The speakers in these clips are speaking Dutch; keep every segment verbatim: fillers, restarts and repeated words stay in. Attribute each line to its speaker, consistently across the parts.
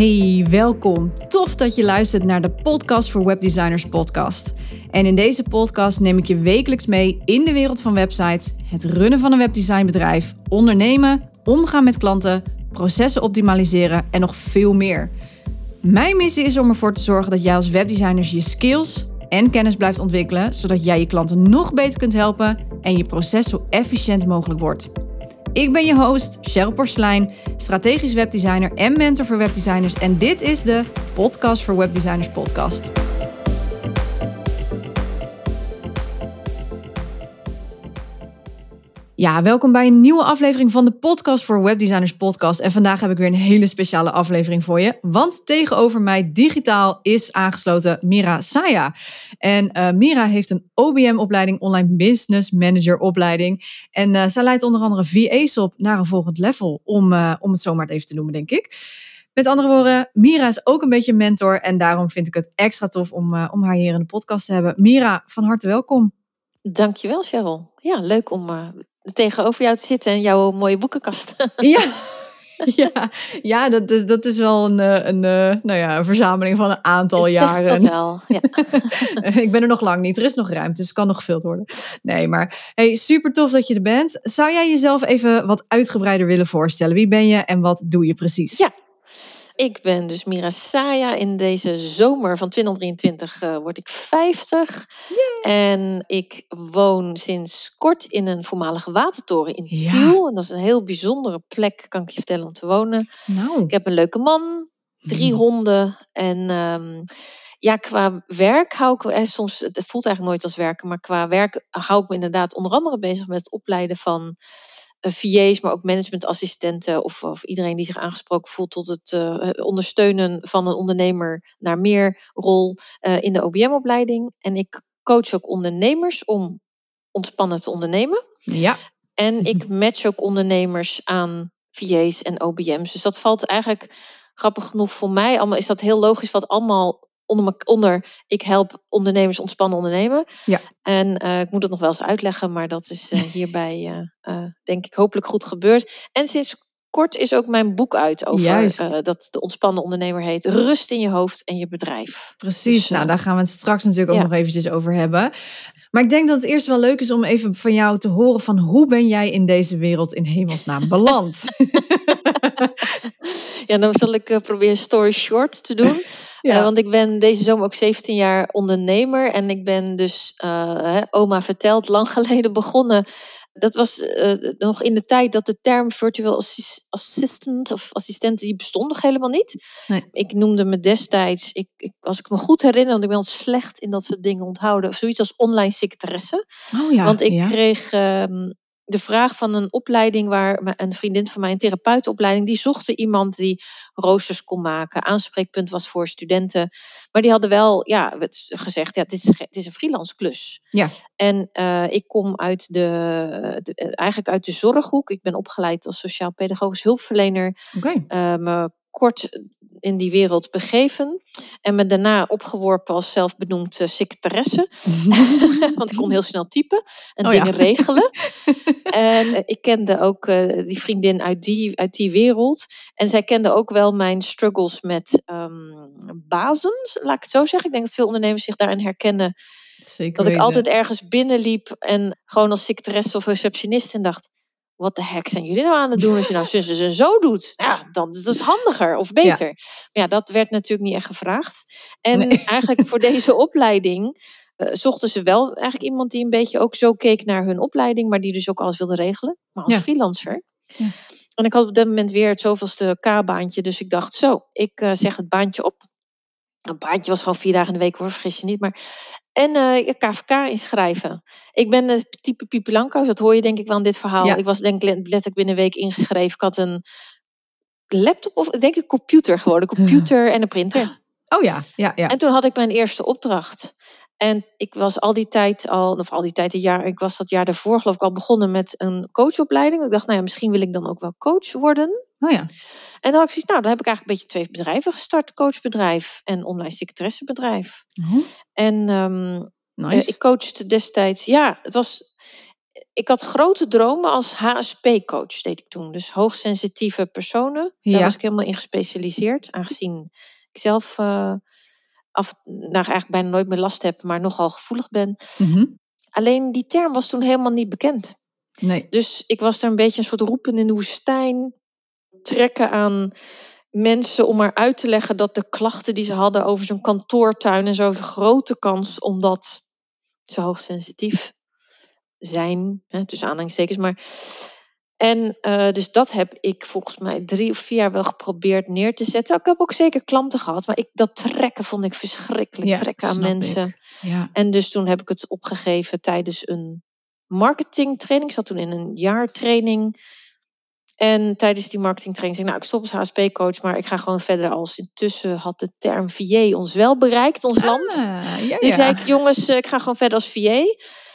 Speaker 1: Hey, welkom. Tof dat je luistert naar de Podcast voor Webdesigners podcast. En in deze podcast neem ik je wekelijks mee in de wereld van websites, het runnen van een webdesignbedrijf, ondernemen, omgaan met klanten, processen optimaliseren en nog veel meer. Mijn missie is om ervoor te zorgen dat jij als webdesigner je skills en kennis blijft ontwikkelen, zodat jij je klanten nog beter kunt helpen en je proces zo efficiënt mogelijk wordt. Ik ben je host, Cheryl Porselein, strategisch webdesigner en mentor voor webdesigners. En dit is de Podcast voor Webdesigners podcast. Ja, welkom bij een nieuwe aflevering van de Podcast voor Webdesigners podcast. En vandaag heb ik weer een hele speciale aflevering voor je. Want tegenover mij digitaal is aangesloten Mira Saya. En uh, Mira heeft een O B M-opleiding, Online Business Manager opleiding. En uh, zij leidt onder andere V A's op naar een volgend level, om, uh, om het zo maar even te noemen, denk ik. Met andere woorden, Mira is ook een beetje mentor. En daarom vind ik het extra tof om, uh, om haar hier in de podcast te hebben. Mira, van harte welkom.
Speaker 2: Dankjewel, Cheryl. Ja, leuk om uh, tegenover jou te zitten en jouw mooie boekenkast.
Speaker 1: Ja, ja, ja dat, is, dat is wel een, een, nou ja, een verzameling van een aantal
Speaker 2: zeg
Speaker 1: jaren.
Speaker 2: Dat wel, ja.
Speaker 1: Ik ben er nog lang niet. Er is nog ruimte, dus het kan nog gevuld worden. Nee, maar hey, super tof dat je er bent. Zou jij jezelf even wat uitgebreider willen voorstellen? Wie ben je en wat doe je precies?
Speaker 2: Ja. Ik ben dus Mira Saya. In deze zomer van twintig drieëntwintig uh, word ik vijftig. Yay. En ik woon sinds kort in een voormalige watertoren in ja. Tiel. En dat is een heel bijzondere plek, kan ik je vertellen, om te wonen. Nou. Ik heb een leuke man, drie hmm. honden. En um, ja, qua werk hou ik... Eh, soms, het voelt eigenlijk nooit als werken. Maar qua werk hou ik me inderdaad onder andere bezig met het opleiden van V A's, maar ook managementassistenten of, of iedereen die zich aangesproken voelt tot het uh, ondersteunen van een ondernemer naar meer rol uh, in de O B M-opleiding. En ik coach ook ondernemers om ontspannen te ondernemen.
Speaker 1: Ja.
Speaker 2: En ik match ook ondernemers aan V A's en O B M's. Dus dat valt eigenlijk, grappig genoeg voor mij, allemaal is dat heel logisch wat allemaal onder, onder ik help ondernemers ontspannen ondernemen. Ja. En uh, ik moet het nog wel eens uitleggen, maar dat is uh, hierbij uh, uh, denk ik hopelijk goed gebeurd. En sinds kort is ook mijn boek uit over uh, dat de ontspannen ondernemer heet Rust in je hoofd en je bedrijf.
Speaker 1: Precies, dus, uh, nou daar gaan we het straks natuurlijk ook ja. nog eventjes over hebben. Maar ik denk dat het eerst wel leuk is om even van jou te horen van hoe ben jij in deze wereld in hemelsnaam beland?
Speaker 2: Ja, dan zal ik uh, proberen story short te doen. Ja. Uh, want ik ben deze zomer ook zeventien jaar ondernemer. En ik ben dus, uh, hè, oma verteld, lang geleden begonnen. Dat was uh, nog in de tijd dat de term virtual assist- assistant of assistent, die bestond nog helemaal niet. Nee. Ik noemde me destijds, ik, ik, als ik me goed herinner, want ik ben al slecht in dat soort dingen onthouden, zoiets als online secretaresse.
Speaker 1: Oh ja,
Speaker 2: want ik
Speaker 1: ja.
Speaker 2: kreeg Uh, de vraag van een opleiding waar een vriendin van mij, een therapeutenopleiding, die zochten iemand die roosters kon maken, aanspreekpunt was voor studenten. Maar die hadden wel ja, gezegd, ja, dit is, het is een freelance klus.
Speaker 1: Ja.
Speaker 2: En uh, ik kom uit de, de, eigenlijk uit de zorghoek. Ik ben opgeleid als sociaal-pedagogisch hulpverlener.
Speaker 1: Okay.
Speaker 2: Uh, me kort in die wereld begeven. En me daarna opgeworpen als zelfbenoemd uh, secretaresse. Want ik kon heel snel typen en oh, dingen ja. regelen. En uh, ik kende ook uh, die vriendin uit die, uit die wereld. En zij kende ook wel mijn struggles met um, bazen, laat ik het zo zeggen. Ik denk dat veel ondernemers zich daarin herkennen.
Speaker 1: Zeker
Speaker 2: dat
Speaker 1: weten.
Speaker 2: Ik altijd ergens binnenliep en gewoon als secretaresse of receptionist en dacht, wat de heck zijn jullie nou aan het doen als je nou zus en zo doet? Ja, dan dat is handiger of beter. Ja. Maar ja, dat werd natuurlijk niet echt gevraagd. En nee. eigenlijk voor deze opleiding uh, zochten ze wel eigenlijk iemand die een beetje ook zo keek naar hun opleiding, maar die dus ook alles wilde regelen. Maar als ja. freelancer. Ja. En ik had op dat moment weer het zoveelste K-baantje, dus ik dacht zo, ik uh, zeg het baantje op. Een baantje was gewoon vier dagen in de week hoor, vergis je niet. Maar En uh, K V K inschrijven. Ik ben het type Pipi Langkous, dat hoor je denk ik wel in dit verhaal. Ja. Ik was denk ik letterlijk binnen een week ingeschreven. Ik had een laptop of denk ik computer gewoon. Een computer en een printer.
Speaker 1: Oh ja, ja, ja.
Speaker 2: En toen had ik mijn eerste opdracht. En ik was al die tijd al, of al die tijd, een jaar, ik was dat jaar daarvoor geloof ik al begonnen met een coachopleiding. Ik dacht, nou ja, misschien wil ik dan ook wel coach worden.
Speaker 1: Oh ja.
Speaker 2: En dan had ik zoiets, nou, dan heb ik eigenlijk een beetje twee bedrijven gestart. Coachbedrijf en online secretaressenbedrijf. Uh-huh. En um,
Speaker 1: nice.
Speaker 2: uh, ik coachte destijds, ja, het was, ik had grote dromen als H S P-coach, deed ik toen. Dus hoogsensitieve personen. Daar
Speaker 1: Ja.
Speaker 2: was ik helemaal in gespecialiseerd. Aangezien ik zelf uh, af, nou, eigenlijk bijna nooit meer last heb, maar nogal gevoelig ben.
Speaker 1: Mm-hmm.
Speaker 2: Alleen die term was toen helemaal niet bekend.
Speaker 1: Nee.
Speaker 2: Dus ik was daar een beetje een soort roepen in de woestijn. Trekken aan mensen om maar uit te leggen dat de klachten die ze hadden over zo'n kantoortuin en zo, een grote kans omdat ze hoogsensitief zijn, hè, tussen aanhalingstekens. Maar en uh, dus dat heb ik volgens mij drie of vier jaar wel geprobeerd neer te zetten. Ik heb ook zeker klanten gehad, maar ik, dat trekken vond ik verschrikkelijk.
Speaker 1: Ja,
Speaker 2: trekken aan
Speaker 1: snap
Speaker 2: mensen.
Speaker 1: ik. Ja.
Speaker 2: En dus toen heb ik het opgegeven tijdens een marketingtraining. Ik zat toen in een jaartraining. En tijdens die marketingtraining zei ik, nou, ik stop als H S P-coach, maar ik ga gewoon verder als. Intussen had de term V A ons wel bereikt, ons
Speaker 1: ah,
Speaker 2: land.
Speaker 1: Ja,
Speaker 2: dus
Speaker 1: ja.
Speaker 2: zei ik, jongens, ik ga gewoon verder als V A.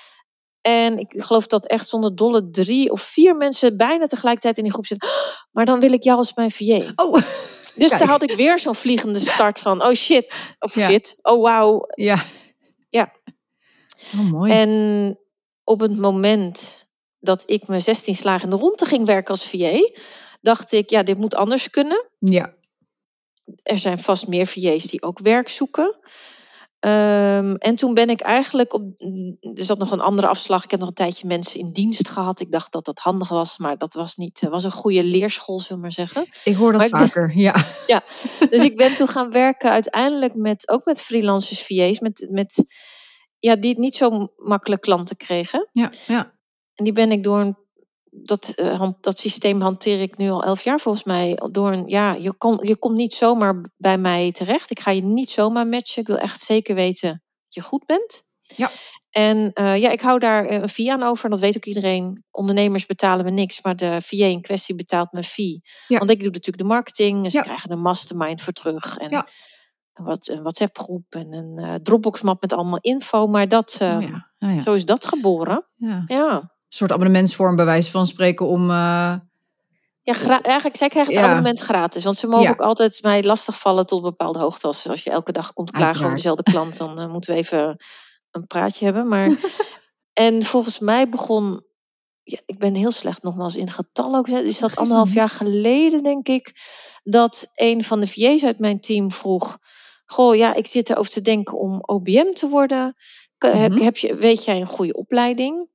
Speaker 2: En ik geloof dat echt zonder dolle drie of vier mensen bijna tegelijkertijd in die groep zitten. Oh, maar dan wil ik jou als mijn V A.
Speaker 1: Oh,
Speaker 2: dus
Speaker 1: kijk.
Speaker 2: daar had ik weer zo'n vliegende start van, oh shit, of
Speaker 1: ja.
Speaker 2: shit, oh wauw.
Speaker 1: Ja.
Speaker 2: Ja.
Speaker 1: Oh, mooi.
Speaker 2: En op het moment dat ik mijn zestien slagen in de ronde ging werken als V A, dacht ik, ja, dit moet anders kunnen.
Speaker 1: Ja.
Speaker 2: Er zijn vast meer V A's die ook werk zoeken. Um, en toen ben ik eigenlijk op. Er zat nog een andere afslag. Ik heb nog een tijdje mensen in dienst gehad. Ik dacht dat dat handig was, maar dat was niet. was een goede leerschool, zullen we maar zeggen.
Speaker 1: Ik hoor dat
Speaker 2: maar
Speaker 1: vaker,
Speaker 2: ben,
Speaker 1: ja.
Speaker 2: ja. Dus ik ben toen gaan werken uiteindelijk met ook met freelancers V A's, met, met ja, die het niet zo makkelijk klanten kregen.
Speaker 1: Ja, ja.
Speaker 2: En die ben ik door een Dat, uh, dat systeem hanteer ik nu al elf jaar volgens mij. Door een, ja, je, kom, je komt niet zomaar bij mij terecht. Ik ga je niet zomaar matchen. Ik wil echt zeker weten dat je goed bent.
Speaker 1: Ja.
Speaker 2: En uh, ja, ik hou daar een fee aan over. Dat weet ook iedereen. Ondernemers betalen me niks. Maar de V A in kwestie betaalt me een fee.
Speaker 1: Ja.
Speaker 2: Want ik doe natuurlijk de marketing. Dus
Speaker 1: ja.
Speaker 2: ze krijgen een mastermind voor terug. En
Speaker 1: ja.
Speaker 2: wat, een WhatsApp groep. En een uh, Dropbox map met allemaal info. Maar dat, uh,
Speaker 1: oh ja. Oh ja.
Speaker 2: zo is dat geboren.
Speaker 1: Ja.
Speaker 2: ja.
Speaker 1: Een soort abonnementsvorm bij wijze van spreken om... Uh...
Speaker 2: Ja, gra- eigenlijk, zij krijgen het
Speaker 1: ja.
Speaker 2: abonnement gratis. Want ze mogen
Speaker 1: ja.
Speaker 2: ook altijd mij lastigvallen tot een bepaalde hoogte. Als, als je elke dag komt klagen
Speaker 1: Uiteraard.
Speaker 2: over dezelfde klant, dan uh, moeten we even een praatje hebben. Maar en volgens mij begon... Ja, ik ben heel slecht nogmaals in getallen ook. Is dat anderhalf jaar geleden, denk ik, dat een van de V A's uit mijn team vroeg... Goh, ja, ik zit erover te denken om O B M te worden. Mm-hmm. Heb, heb je, weet jij een goede opleiding?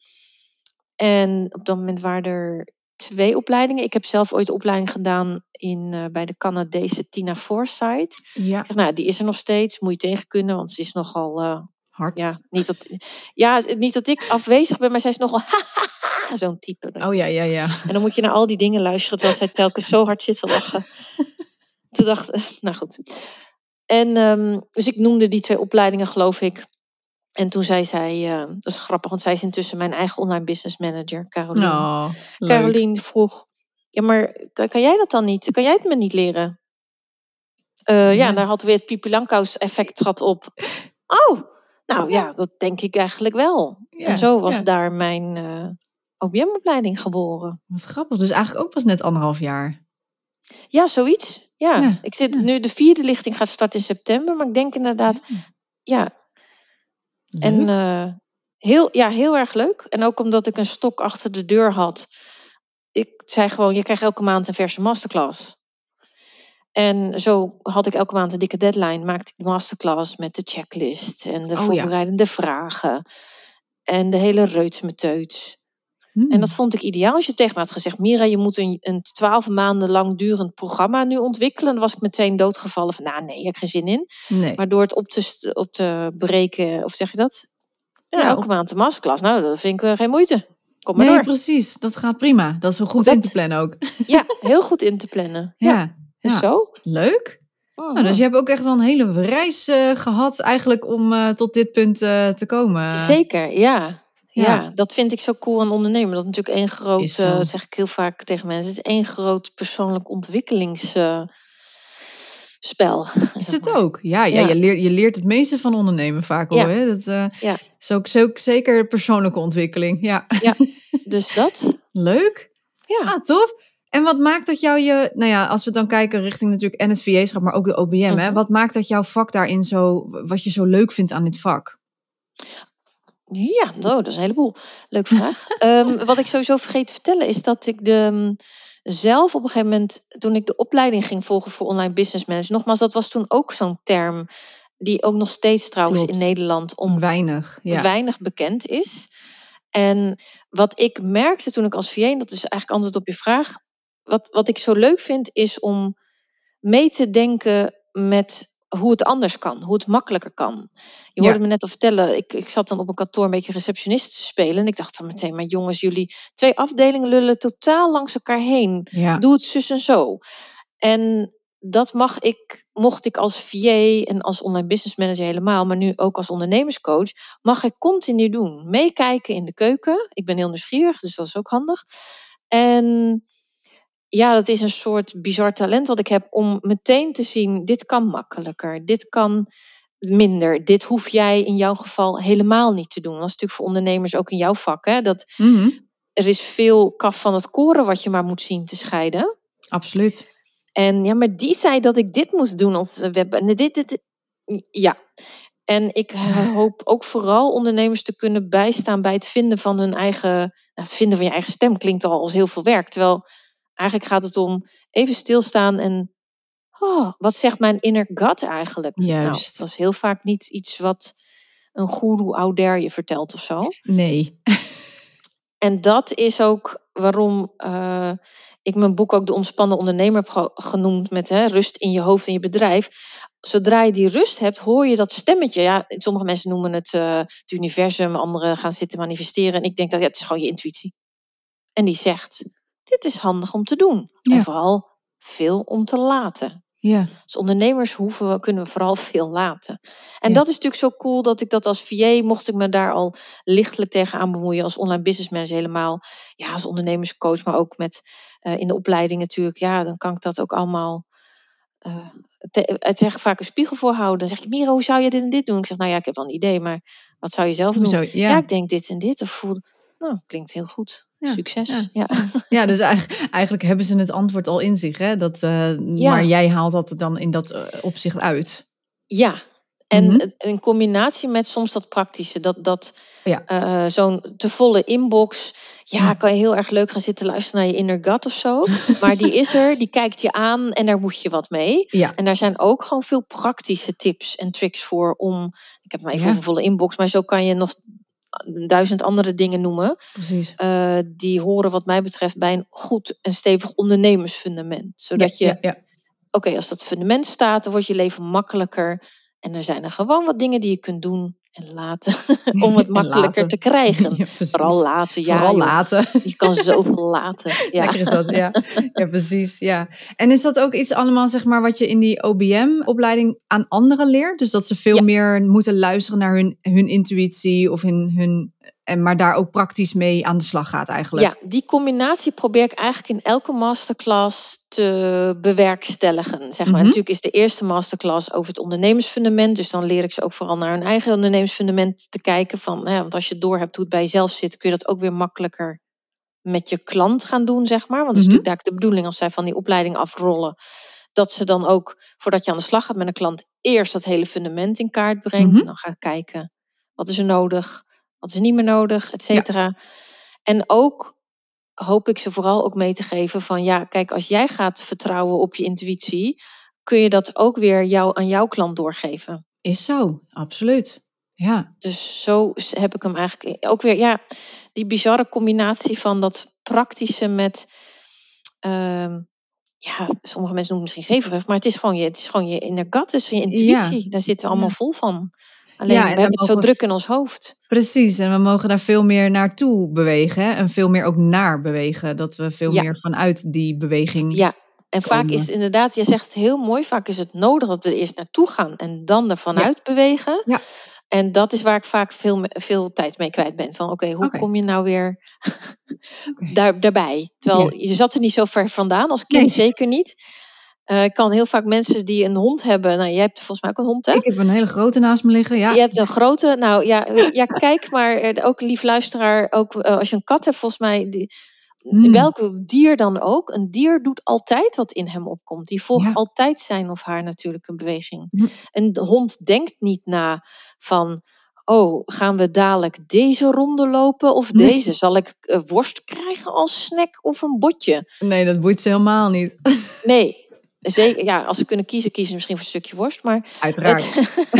Speaker 2: En op dat moment waren er twee opleidingen. Ik heb zelf ooit een opleiding gedaan in, uh, bij de Canadese Tina Forsyth.
Speaker 1: Ja.
Speaker 2: Ik dacht, nou, die is er nog steeds. Moet je tegen kunnen, want ze is nogal... Uh,
Speaker 1: hard.
Speaker 2: Ja, niet dat, ja, niet dat ik afwezig ben, maar zij is nogal zo'n type.
Speaker 1: Oh ja, ja, ja.
Speaker 2: En dan moet je naar al die dingen luisteren, terwijl zij telkens zo hard zit te lachen. Toen dacht ik, nou goed. En um, dus ik noemde die twee opleidingen, geloof ik. En toen zei zij, uh, dat is grappig, want zij is intussen mijn eigen online business manager, Caroline.
Speaker 1: Oh, leuk.
Speaker 2: Caroline vroeg, ja, maar kan, kan jij dat dan niet? Kan jij het me niet leren? Uh, ja. ja, daar had weer het Pipi Langkous effect gaat op. Oh, nou ja, ja, dat denk ik eigenlijk wel. Ja, en zo was ja. daar mijn uh, O B M-opleiding geboren.
Speaker 1: Wat grappig, dus eigenlijk ook pas net anderhalf jaar.
Speaker 2: Ja, zoiets. Ja, ja. ik zit
Speaker 1: ja.
Speaker 2: nu, de vierde lichting gaat starten in september, maar ik denk inderdaad, ja... ja. En uh, heel, ja, heel erg leuk. En ook omdat ik een stok achter de deur had. Ik zei gewoon, je krijgt elke maand een verse masterclass. En zo had ik elke maand een dikke deadline. Maakte ik de masterclass met de checklist. En de oh, voorbereidende ja. vragen. En de hele reutsmeteuts. Hmm. En dat vond ik ideaal. Als je tegen me had gezegd, Mira, je moet een, een twaalf maanden lang durend programma nu ontwikkelen. Dan was ik meteen doodgevallen van, nou nee, ik heb geen zin in.
Speaker 1: Nee.
Speaker 2: Maar door het op te, op te breken, of zeg je dat? Ja, ja elke op... maand de masterclass. Nou, dat vind ik uh, geen moeite. Kom maar
Speaker 1: nee,
Speaker 2: door.
Speaker 1: precies. Dat gaat prima. Dat is wel goed dat... in te plannen ook.
Speaker 2: Ja, heel goed in te plannen. Ja, ja. Dus ja. zo.
Speaker 1: Leuk. Oh, nou, dus je hebt ook echt wel een hele reis uh, gehad eigenlijk om uh, tot dit punt uh, te komen.
Speaker 2: Zeker, ja. Ja. ja. Dat vind ik zo cool aan ondernemen. Dat is natuurlijk één groot, uh, zeg ik heel vaak tegen mensen, het is één groot persoonlijk ontwikkelingsspel. Uh,
Speaker 1: is het ook? Ja, ja, ja. Je, leert, je leert het meeste van ondernemen vaak hoor. Ja. Hè? Dat uh, ja. is ook, ook zeker persoonlijke ontwikkeling. Ja,
Speaker 2: ja. Dus dat.
Speaker 1: Leuk.
Speaker 2: Ja.
Speaker 1: Ah, tof. En wat maakt dat jou je, nou ja, als we dan kijken richting natuurlijk en het V A-schap, maar ook de O B M, uh-huh. hè? Wat maakt dat jouw vak daarin zo, wat je zo leuk vindt aan dit vak?
Speaker 2: Ja, oh, dat is een heleboel. Leuke vraag. um, wat ik sowieso vergeet te vertellen is dat ik de, um, zelf op een gegeven moment, toen ik de opleiding ging volgen voor online business manager, nogmaals, dat was toen ook zo'n term die ook nog steeds trouwens
Speaker 1: Klopt.
Speaker 2: in Nederland om
Speaker 1: weinig, ja.
Speaker 2: weinig bekend is. En wat ik merkte toen ik als V A, en dat is eigenlijk antwoord op je vraag, wat, wat ik zo leuk vind is om mee te denken met hoe het anders kan, hoe het makkelijker kan. Je hoorde
Speaker 1: Ja.
Speaker 2: me net al vertellen, ik, ik zat dan op een kantoor een beetje receptionist te spelen en ik dacht dan meteen, maar jongens, jullie twee afdelingen lullen totaal langs elkaar heen.
Speaker 1: Ja.
Speaker 2: Doe het zus en zo. En dat mag ik, mocht ik als V A en als online business manager helemaal, maar nu ook als ondernemerscoach, mag ik continu doen. Meekijken in de keuken. Ik ben heel nieuwsgierig, dus dat is ook handig. En ja, dat is een soort bizar talent wat ik heb om meteen te zien, dit kan makkelijker, dit kan minder. Dit hoef jij in jouw geval helemaal niet te doen. Dat is natuurlijk voor ondernemers ook in jouw vak. Hè? Dat
Speaker 1: Mm-hmm.
Speaker 2: Er is veel kaf van het koren wat je maar moet zien te scheiden.
Speaker 1: Absoluut.
Speaker 2: En ja, maar die zei dat ik dit moest doen als web. En dit, dit, dit. Ja. En ik hoop ook vooral ondernemers te kunnen bijstaan bij het vinden van hun eigen. Nou, het vinden van je eigen stem klinkt al als heel veel werk. Terwijl eigenlijk gaat het om even stilstaan en. Oh, wat zegt mijn inner gut eigenlijk?
Speaker 1: Juist.
Speaker 2: Nou, dat is heel vaak niet iets wat een goeroe ouder je vertelt of zo.
Speaker 1: Nee.
Speaker 2: En dat is ook waarom uh, ik mijn boek ook de ontspannen ondernemer heb genoemd met hè, rust in je hoofd en je bedrijf. Zodra je die rust hebt, hoor je dat stemmetje. Ja, sommige mensen noemen het uh, het universum, anderen gaan zitten manifesteren. En ik denk dat ja, het is gewoon je intuïtie. En die zegt, dit is handig om te doen.
Speaker 1: Ja.
Speaker 2: En vooral veel om te laten.
Speaker 1: Ja.
Speaker 2: Als ondernemers hoeven we, kunnen we vooral veel laten. En
Speaker 1: Ja.
Speaker 2: dat is natuurlijk zo cool dat ik dat als V A, mocht ik me daar al lichtelijk tegenaan bemoeien, als online business manager helemaal, ja, als ondernemerscoach, maar ook met uh, in de opleiding natuurlijk, ja, dan kan ik dat ook allemaal, uh, te, het zeg ik vaak een spiegel voorhouden. Dan zeg je, Miro, hoe zou je dit en dit doen? Ik zeg, nou ja, ik heb wel een idee, maar wat zou je zelf doen?
Speaker 1: Zo, ja.
Speaker 2: ja, ik denk dit en dit. Of voel, nou, klinkt heel goed. Ja, Succes.
Speaker 1: Ja,
Speaker 2: ja.
Speaker 1: ja. ja dus eigenlijk, eigenlijk hebben ze het antwoord al in zich. Hè? Dat, uh, ja. Maar jij haalt dat dan in dat uh, opzicht uit.
Speaker 2: Ja, en
Speaker 1: mm-hmm.
Speaker 2: in combinatie met soms dat praktische. Dat, dat
Speaker 1: ja.
Speaker 2: uh, zo'n te volle inbox. Ja, ja, kan je heel erg leuk gaan zitten luisteren naar je inner gut of zo. Maar die is er, die kijkt je aan en daar moet je wat mee.
Speaker 1: Ja.
Speaker 2: En daar zijn ook gewoon veel praktische tips en tricks voor om. Ik heb maar even
Speaker 1: ja.
Speaker 2: over volle inbox, maar zo kan je nog duizend andere dingen noemen.
Speaker 1: Precies.
Speaker 2: Uh, die horen wat mij betreft bij een goed en stevig ondernemersfundament. Zodat
Speaker 1: ja,
Speaker 2: je,
Speaker 1: ja, ja.
Speaker 2: oké, okay, als dat fundament staat, dan wordt je leven makkelijker. En er zijn er gewoon wat dingen die je kunt doen en laten om het makkelijker
Speaker 1: laten.
Speaker 2: te krijgen.
Speaker 1: Ja,
Speaker 2: Vooral laten, ja.
Speaker 1: Vooral
Speaker 2: joh.
Speaker 1: laten.
Speaker 2: Je kan zoveel laten. Ja.
Speaker 1: Lekker is dat, ja. Ja, precies, ja. En is dat ook iets allemaal, zeg maar, wat je in die O B M-opleiding aan anderen leert? Dus dat ze veel
Speaker 2: ja.
Speaker 1: meer moeten luisteren naar hun, hun intuïtie of hun, hun, en maar daar ook praktisch mee aan de slag gaat eigenlijk?
Speaker 2: Ja, die combinatie probeer ik eigenlijk in elke masterclass te bewerkstelligen. Zeg maar.
Speaker 1: Mm-hmm.
Speaker 2: Natuurlijk is de eerste masterclass over het ondernemersfundament. Dus dan leer ik ze ook vooral naar hun eigen ondernemersfundament te kijken. Van, hè, want als je door hebt hoe het bij jezelf zit, kun je dat ook weer makkelijker met je klant gaan doen, zeg maar. Want het is
Speaker 1: Mm-hmm.
Speaker 2: natuurlijk de bedoeling als zij van die opleiding afrollen, dat ze dan ook, voordat je aan de slag gaat met een klant, eerst dat hele fundament in kaart brengt.
Speaker 1: Mm-hmm.
Speaker 2: En dan gaat kijken, wat is er nodig, wat is er niet meer nodig, et cetera. Ja. En ook hoop ik ze vooral ook mee te geven van, ja, kijk, als jij gaat vertrouwen op je intuïtie, kun je dat ook weer jou, aan jouw klant doorgeven.
Speaker 1: Is zo, absoluut. Ja.
Speaker 2: Dus zo heb ik hem eigenlijk ook weer, ja, die bizarre combinatie van dat praktische met, uh, ja, sommige mensen noemen het misschien zeverig, maar het is gewoon je, het is gewoon je inner gut, dus je intuïtie. Ja. Daar zitten we allemaal ja. vol van. Alleen ja, we hebben het zo druk in ons hoofd.
Speaker 1: Precies, en we mogen daar veel meer naartoe bewegen. Hè? En veel meer ook naar bewegen. Dat we veel ja. meer vanuit die beweging
Speaker 2: Ja, en
Speaker 1: komen.
Speaker 2: Vaak is het inderdaad, je zegt het heel mooi, vaak is het nodig dat we er eerst naartoe gaan en dan er vanuit ja. bewegen.
Speaker 1: Ja.
Speaker 2: En dat is waar ik vaak veel, veel tijd mee kwijt ben. Van oké, okay, hoe okay. kom je nou weer okay. daar, daarbij? Terwijl ja. je zat er niet zo ver vandaan, als kind nee. zeker niet. Uh, ik kan heel vaak mensen die een hond hebben. Nou, jij hebt volgens mij ook een hond, hè?
Speaker 1: Ik heb een hele grote naast me liggen, ja.
Speaker 2: Je hebt een grote. Nou ja, ja kijk maar. Ook lief luisteraar, ook uh, als je een kat hebt, volgens mij. Die, hmm. Welk dier dan ook. Een dier doet altijd wat in hem opkomt. Die volgt ja. altijd zijn of haar natuurlijke beweging. Hmm. Een hond denkt niet na van, oh, gaan we dadelijk deze ronde lopen of
Speaker 1: Nee.
Speaker 2: deze? Zal ik uh, worst krijgen als snack of een botje?
Speaker 1: Nee, dat boeit ze helemaal niet.
Speaker 2: Nee, zeker. Ja, als ze kunnen kiezen, kiezen ze misschien voor een stukje worst. Maar
Speaker 1: Uiteraard.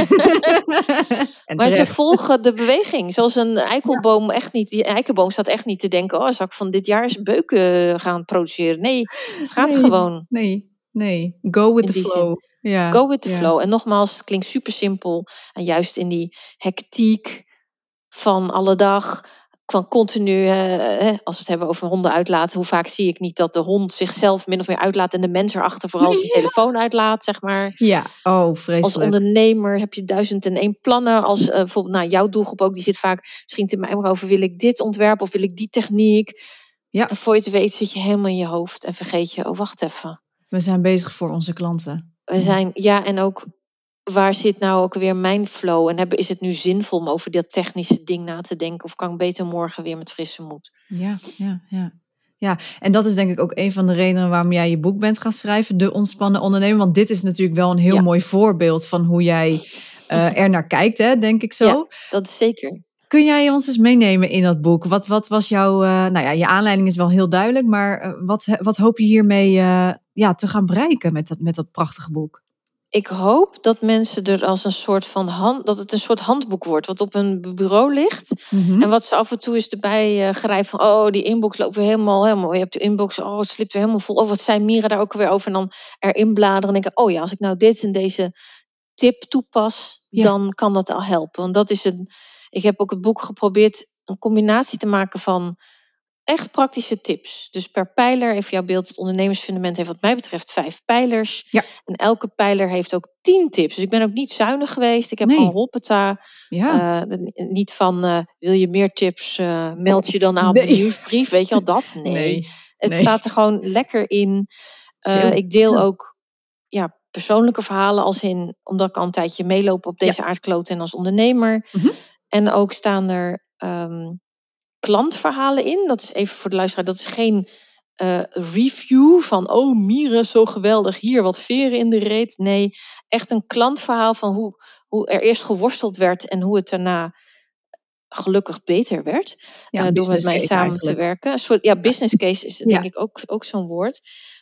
Speaker 2: Het... maar ze volgen de beweging. Zoals een eikelboom ja. echt niet. Die eikenboom staat echt niet te denken. Oh, zal ik van dit jaar eens beuken gaan produceren? Nee, het gaat
Speaker 1: nee,
Speaker 2: gewoon.
Speaker 1: Nee, nee. Go with the flow. Ja.
Speaker 2: Go with the
Speaker 1: ja.
Speaker 2: flow. En nogmaals, het klinkt super simpel. En juist in die hectiek van alle dag, van continu, uh, als we het hebben over honden uitlaten, hoe vaak zie ik niet dat de hond zichzelf min of meer uitlaat en de mens erachter vooral zijn ja. telefoon uitlaat, zeg maar.
Speaker 1: Ja, oh, vreselijk.
Speaker 2: Als ondernemer heb je duizend en één plannen. Als uh, bijvoorbeeld, nou, jouw doelgroep ook, die zit vaak misschien te mij over, wil ik dit ontwerpen of wil ik die techniek? Ja. En voor je het weet zit je helemaal in je hoofd en vergeet je, oh, wacht even.
Speaker 1: We zijn bezig voor onze klanten.
Speaker 2: We zijn, ja, en ook, waar zit nou ook weer mijn flow? En is het nu zinvol om over dat technische ding na te denken? Of kan ik beter morgen weer met frisse moed?
Speaker 1: Ja, ja, ja. Ja, en dat is denk ik ook een van de redenen waarom jij je boek bent gaan schrijven, De Ontspannen Ondernemer. Want dit is natuurlijk wel een heel ja. mooi voorbeeld van hoe jij uh, er naar kijkt, hè, denk ik zo.
Speaker 2: Ja, dat is zeker.
Speaker 1: Kun jij ons eens meenemen in dat boek? Wat, wat was jouw, uh, nou ja, je aanleiding is wel heel duidelijk, maar uh, wat, wat hoop je hiermee uh, ja, te gaan bereiken met dat, met dat prachtige boek?
Speaker 2: Ik hoop dat mensen er als een soort van hand, dat het een soort handboek wordt, wat op een bureau ligt. Mm-hmm. En wat ze af en toe eens erbij uh, grijpen van, oh, die inbox loopt weer helemaal, helemaal. Je hebt de inbox, oh, het slipt weer helemaal vol. Oh, wat zei Mira daar ook weer over? En dan erin bladeren en denken, oh ja, als ik nou dit en deze tip toepas, ja. dan kan dat al helpen. Want dat is een, ik heb ook het boek geprobeerd een combinatie te maken van echt praktische tips. Dus per pijler, even jouw beeld, het ondernemersfundament heeft wat mij betreft vijf pijlers. Ja. En elke pijler heeft ook tien tips. Dus ik ben ook niet zuinig geweest. Ik heb nee. gewoon hoppeta. Ja. Uh, niet van, uh, wil je meer tips, uh, meld je dan aan nee. de nieuwsbrief. Weet je al dat? Nee. nee. Het nee. staat er gewoon lekker in. Uh, ik deel ja. ook ja, persoonlijke verhalen als in, omdat ik al een tijdje meeloop op deze ja. aardkloot en als ondernemer. Mm-hmm. En ook staan er Um, klantverhalen in. Dat is even voor de luisteraar. Dat is geen uh, review van oh, Mira, zo geweldig. Hier wat veren in de reet. Nee, echt een klantverhaal van hoe, hoe er eerst geworsteld werd en hoe het daarna gelukkig beter werd. Ja, uh, door met mij samen eigenlijk. te werken. Een soort, ja, business case is denk ja. ik ook, ook zo'n woord.